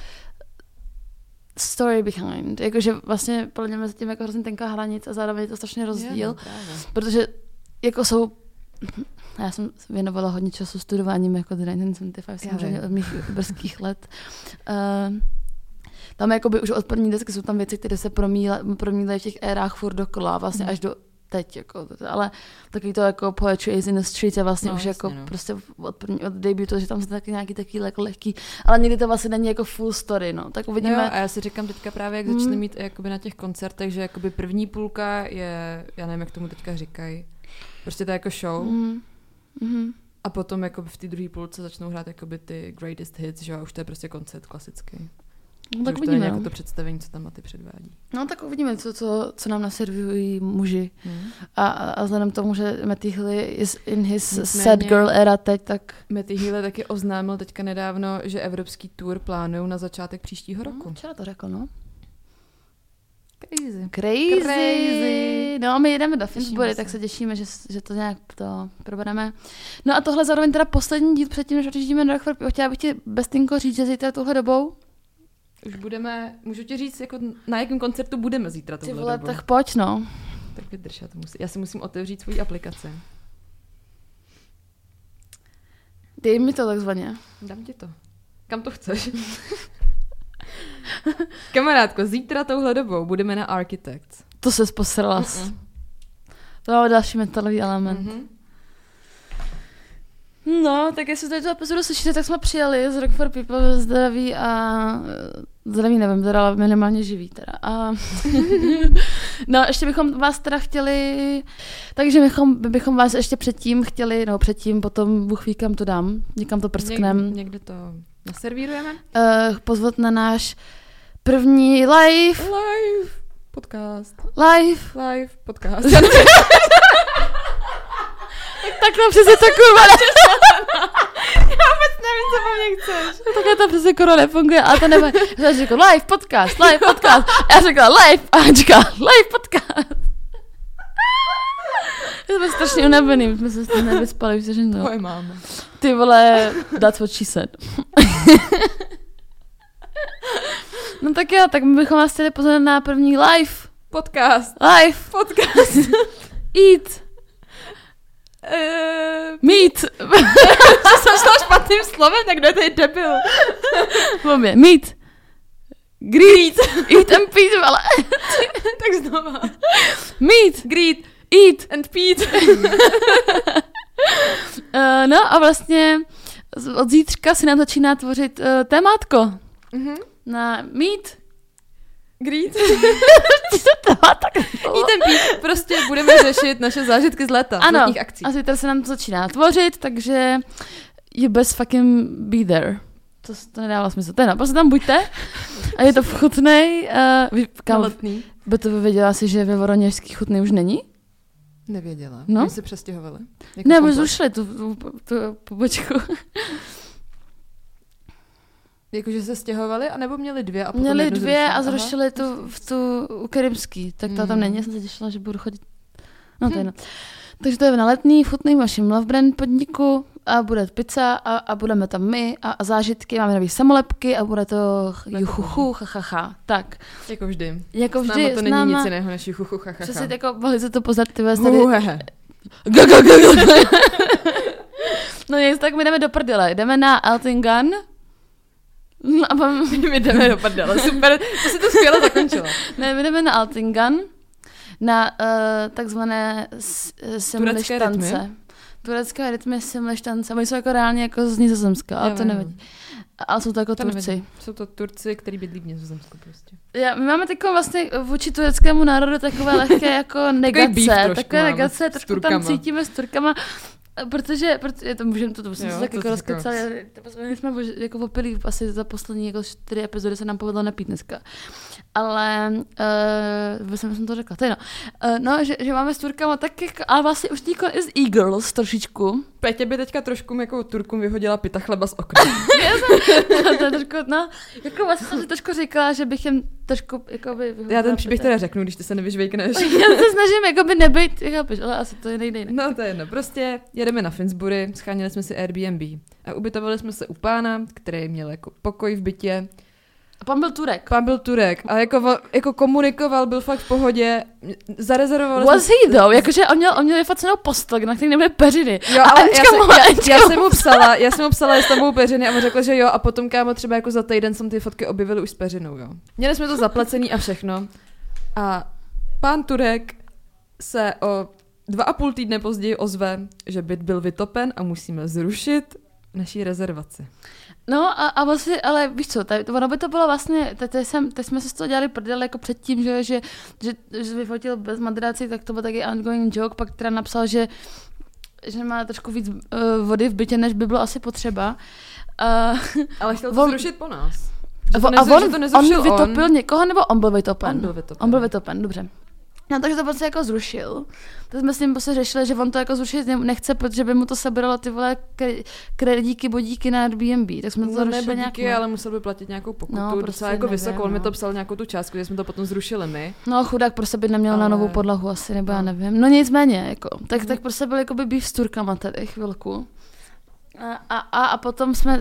story behind. Jakože vlastně podle mě mezi tím jako hrozně tenká hranic a zároveň je to strašně rozdíl. Protože jako jsou... Já jsem věnovala hodně času studováním jako The 1975, samozřejmě od mých brzkých let. Tam jakoby už od první desky jsou tam věci, které se promílají v těch érách furt dokola, vlastně až do teď, jako, ale takový to jako Poetry is in the Street je vlastně už jako prostě od debutu, že tam jsou taky nějaký takový jako lehký, ale někdy to vlastně není jako full story, no, tak uvidíme. Jo, a já si říkám teďka právě, jak začne mít jakoby na těch koncertech, že jakoby první půlka je, já nevím, jak tomu teďka říkají, prostě to je jako show. A potom jako v té druhé půlce začnou hrát jakoby ty greatest hits, že jo, a už to je prostě koncert klasický. No, tak už uvidíme, to je jako to představení, co tam Maty předvádí. No tak uvidíme, co nám naservují muži. A vzhledem k tomu, že Matty Healy is in his sad girl era teď, tak... Matty Healy taky oznámil teďka nedávno, že evropský tour plánují na začátek příštího roku. Včera to řekl, no. Crazy. No, my jedeme do Finsbury, tak se těšíme, že to nějak to probereme. No a tohle zároveň teda poslední díl předtím, než odjíždíme na Rockford. Chtěla bych ti, Bestinko, říct, že zítra touhle dobou? Už budeme, můžu ti říct, jako na jakém koncertu budeme zítra touhle dobou? Tak pojď, no. Tak vydrž, já si musím otevřít svoji aplikaci. Dej mi to takzvaně. Dám ti to. Kam to chceš? Kamarádko, zítra touhle dobou budeme na Architects. To se posrala. To máme další metalový element. No, tak jestli tady tu epizodu slyšíte, tak jsme přijeli z Rock for People zdraví a... Zdraví nevím, teda, ale minimálně živý teda. A... No, ještě bychom vás teda chtěli... Takže bychom vás ještě předtím chtěli, no předtím, potom Bůh ví, kam to dám, někam to prsknem. Někde to naservírujeme? Pozvat na náš první live podcast. Live podcast. Tak to přesně to kurva Já vůbec nevím, co po mě chceš. Takhle to přesně skoro nefunguje, ale to nevím. Já jsem řekl live podcast. Já řekla live a říkala live podcast. Jsme strašně unavený, my jsme se s tím nevyspali, že no. Tvoje máma. Ty vole, that's what she said. No tak jo, tak my bychom vás chtěli pozvat na první live podcast. Eat. Meat. Že jsem šla špatným slovem, tak kdo je tady debil? Moment, meat. Greet. Eat and peat, ale. Tak znova. Meat. Greet. Eat. And peat. No a vlastně od zítřka si nám začíná tvořit témátko. Na meat. Greet. Eat and peat. Prostě budeme řešit naše zážitky z léta. Ano, z letních akcí. A zítra se nám to začíná tvořit, takže you best fucking be there. To nedává smysl. To je prostě tam buďte. A je to chutnej. By to věděla si, že ve Voroněžský chutnej už není? Nevěděla. No? My se přestěhovali. Jako ne, my zrušili tu pobočku. Jakože se stěhovali, anebo měli dvě a potom měli dvě a zrušili tu u Karibský. Tak ta tam není, já jsem se těšila, že budu chodit. No to je no. Takže to je na Letný, v chutným vaším Love Brand podniku a bude pizza a budeme tam my a zážitky, máme nový samolepky a bude to juchuchu, chachacha. Tak. Jako vždy. Jako vždy. S náma to není nic jiného než juchuchu, chachacha. Přesně jako mohli se to poznat ty vás tady. No nic, tak my jdeme do prdele. Jdeme na Altingan. No a my jdeme do prdele. Super, to si to skvěle zakončilo. Ne, my jdeme na Altingan. Na takzvané simlištance. Turecké rytmy simlištance. Oni jsou jako reálně jako z Nizozemska, ale to nevadí. Ale jsou to jako Turci. Nevadí. Jsou to Turci, kteří bydlí v Nizozemsku prostě. My máme takovou vlastně vůči tureckému národu takové lehké jako negace. Takové negace, trošku tam cítíme s Turkama. Protože to můžeme to musím se tak jako rozkecali. My jsme jako opilí asi za poslední jako 4 epizody se nám povedlo nepít dneska. Ale jsem to řekla. No, že máme s Turkama tak jako, ale vlastně už nikdo is e-girls trošičku. Petě by teďka trošku jako Turkům vyhodila pita chleba z okna. Jako vlastně jsem si trošku říkala, že bych jim trošku jakoby já ten příběh teda řeknu, když ty se nevyžvejkneš. Já se snažím jakoby nebejt, chápeš, ale asi to nejde jinak. No to je jedno, prostě jedeme na Finsbury, scháněli jsme si Airbnb a ubytovali jsme se u pána, který měl jako pokoj v bytě. A pan byl Turek a jako komunikoval, byl fakt v pohodě, zarezervoval. Was he though? Jakože on měl vyfacenou postel, na který nebyly peřiny. Jo, ale já jsem mu psala, jestli tam budou peřiny a on řekl, že jo, a potom kámo třeba jako za týden jsem ty fotky objevili už s peřinou, jo. Měli jsme to zaplacený a všechno. A pán Turek se o 2,5 týdne později ozve, že byt byl vytopen a musíme zrušit naší rezervaci. No a vlastně, ale víš co, ono by to bylo vlastně, teď jsme se z toho dělali prdel jako předtím, že vyfotil bez madraci, tak to byl taky ongoing joke, pak teda napsal, že má trošku víc vody v bytě, než by bylo asi potřeba. Ale chtěl to zrušit po nás. On vytopil někoho, nebo on byl vytopen? On byl vytopen, dobře. No, takže to prostě jako zrušil. Tak jsme s ním prostě řešili, že on to jako zrušit nechce, protože by mu to sebralo ty vole kredíky, bodíky na Airbnb. Tak jsme to zrušili nějak. Ale musel by platit nějakou pokutu, prostě docela jako vysokou. On mi to psal nějakou tu částku, že jsme to potom zrušili my. No chudák prostě by neměl na novou podlahu asi, nebo já nevím. No nicméně, jako. Tak prostě byl jakoby býv s Turkama tady chvilku. A potom jsme,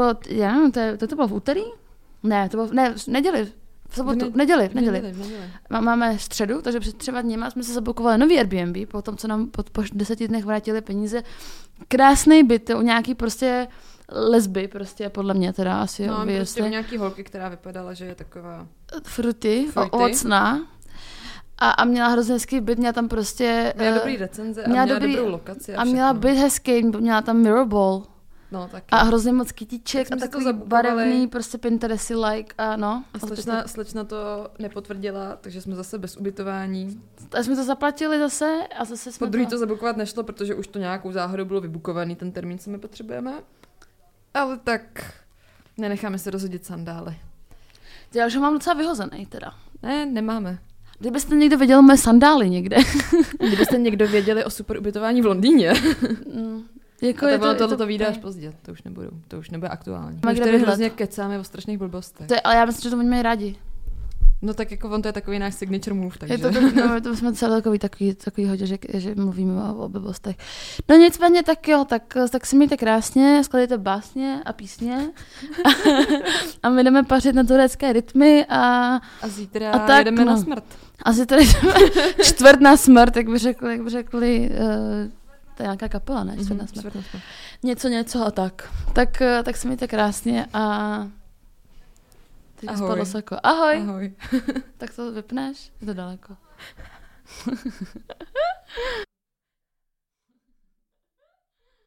to bylo v úterý? Ne, to bylo v neděli. V sobotu, neděli. Máme středu, takže před 3 dněma jsme se zablokovali nový Airbnb, potom co nám po 10 dnech vrátili peníze. Krásný byt, u nějaký prostě lesby, prostě podle mě teda asi. No, prostě u nějaký holky, která vypadala, že je taková... Fruity. Ovocná. A měla hrozně hezký byt, měla tam prostě... Měla dobrý recenze a měla dobrou lokaci. A měla byt hezký, měla tam mirror ball. No, taky. A hrozně moc kytíček a takový barevný, prostě Pinteresty like a no. A slečna to nepotvrdila, takže jsme zase bez ubytování. A jsme to zaplatili zase a zase jsme druhý to zabukovat nešlo, protože už to nějakou záhodou bylo vybukovaný, ten termín, co my potřebujeme. Ale tak nenecháme se rozhodit sandály. Já už ho mám docela vyhozený teda. Ne, nemáme. Kdybyste někdo věděl moje sandály někde. Kdybyste někdo věděli o super ubytování v Londýně. Jako to vyjde až pozdě, to už nebude aktuální. My už tady hrozně kecáme o strašných blbostech. Ale já myslím, že to oni mají rádi. No tak jako on to je takový náš signature move, takže. To jsme celé takový hodě, že mluvíme o blbostech. No nicméně tak jo, tak si mějte krásně, skladejte básně a písně a my jdeme pařit na turecké rytmy a zítra jedeme na smrt. A zítra jdeme čtvrt na smrt, jak by řekli to je nějaká kapela, ne? Něco a tak. Tak se mějte krásně a... Teď spadlo sako. Ahoj. Tak to vypneš? Je to daleko.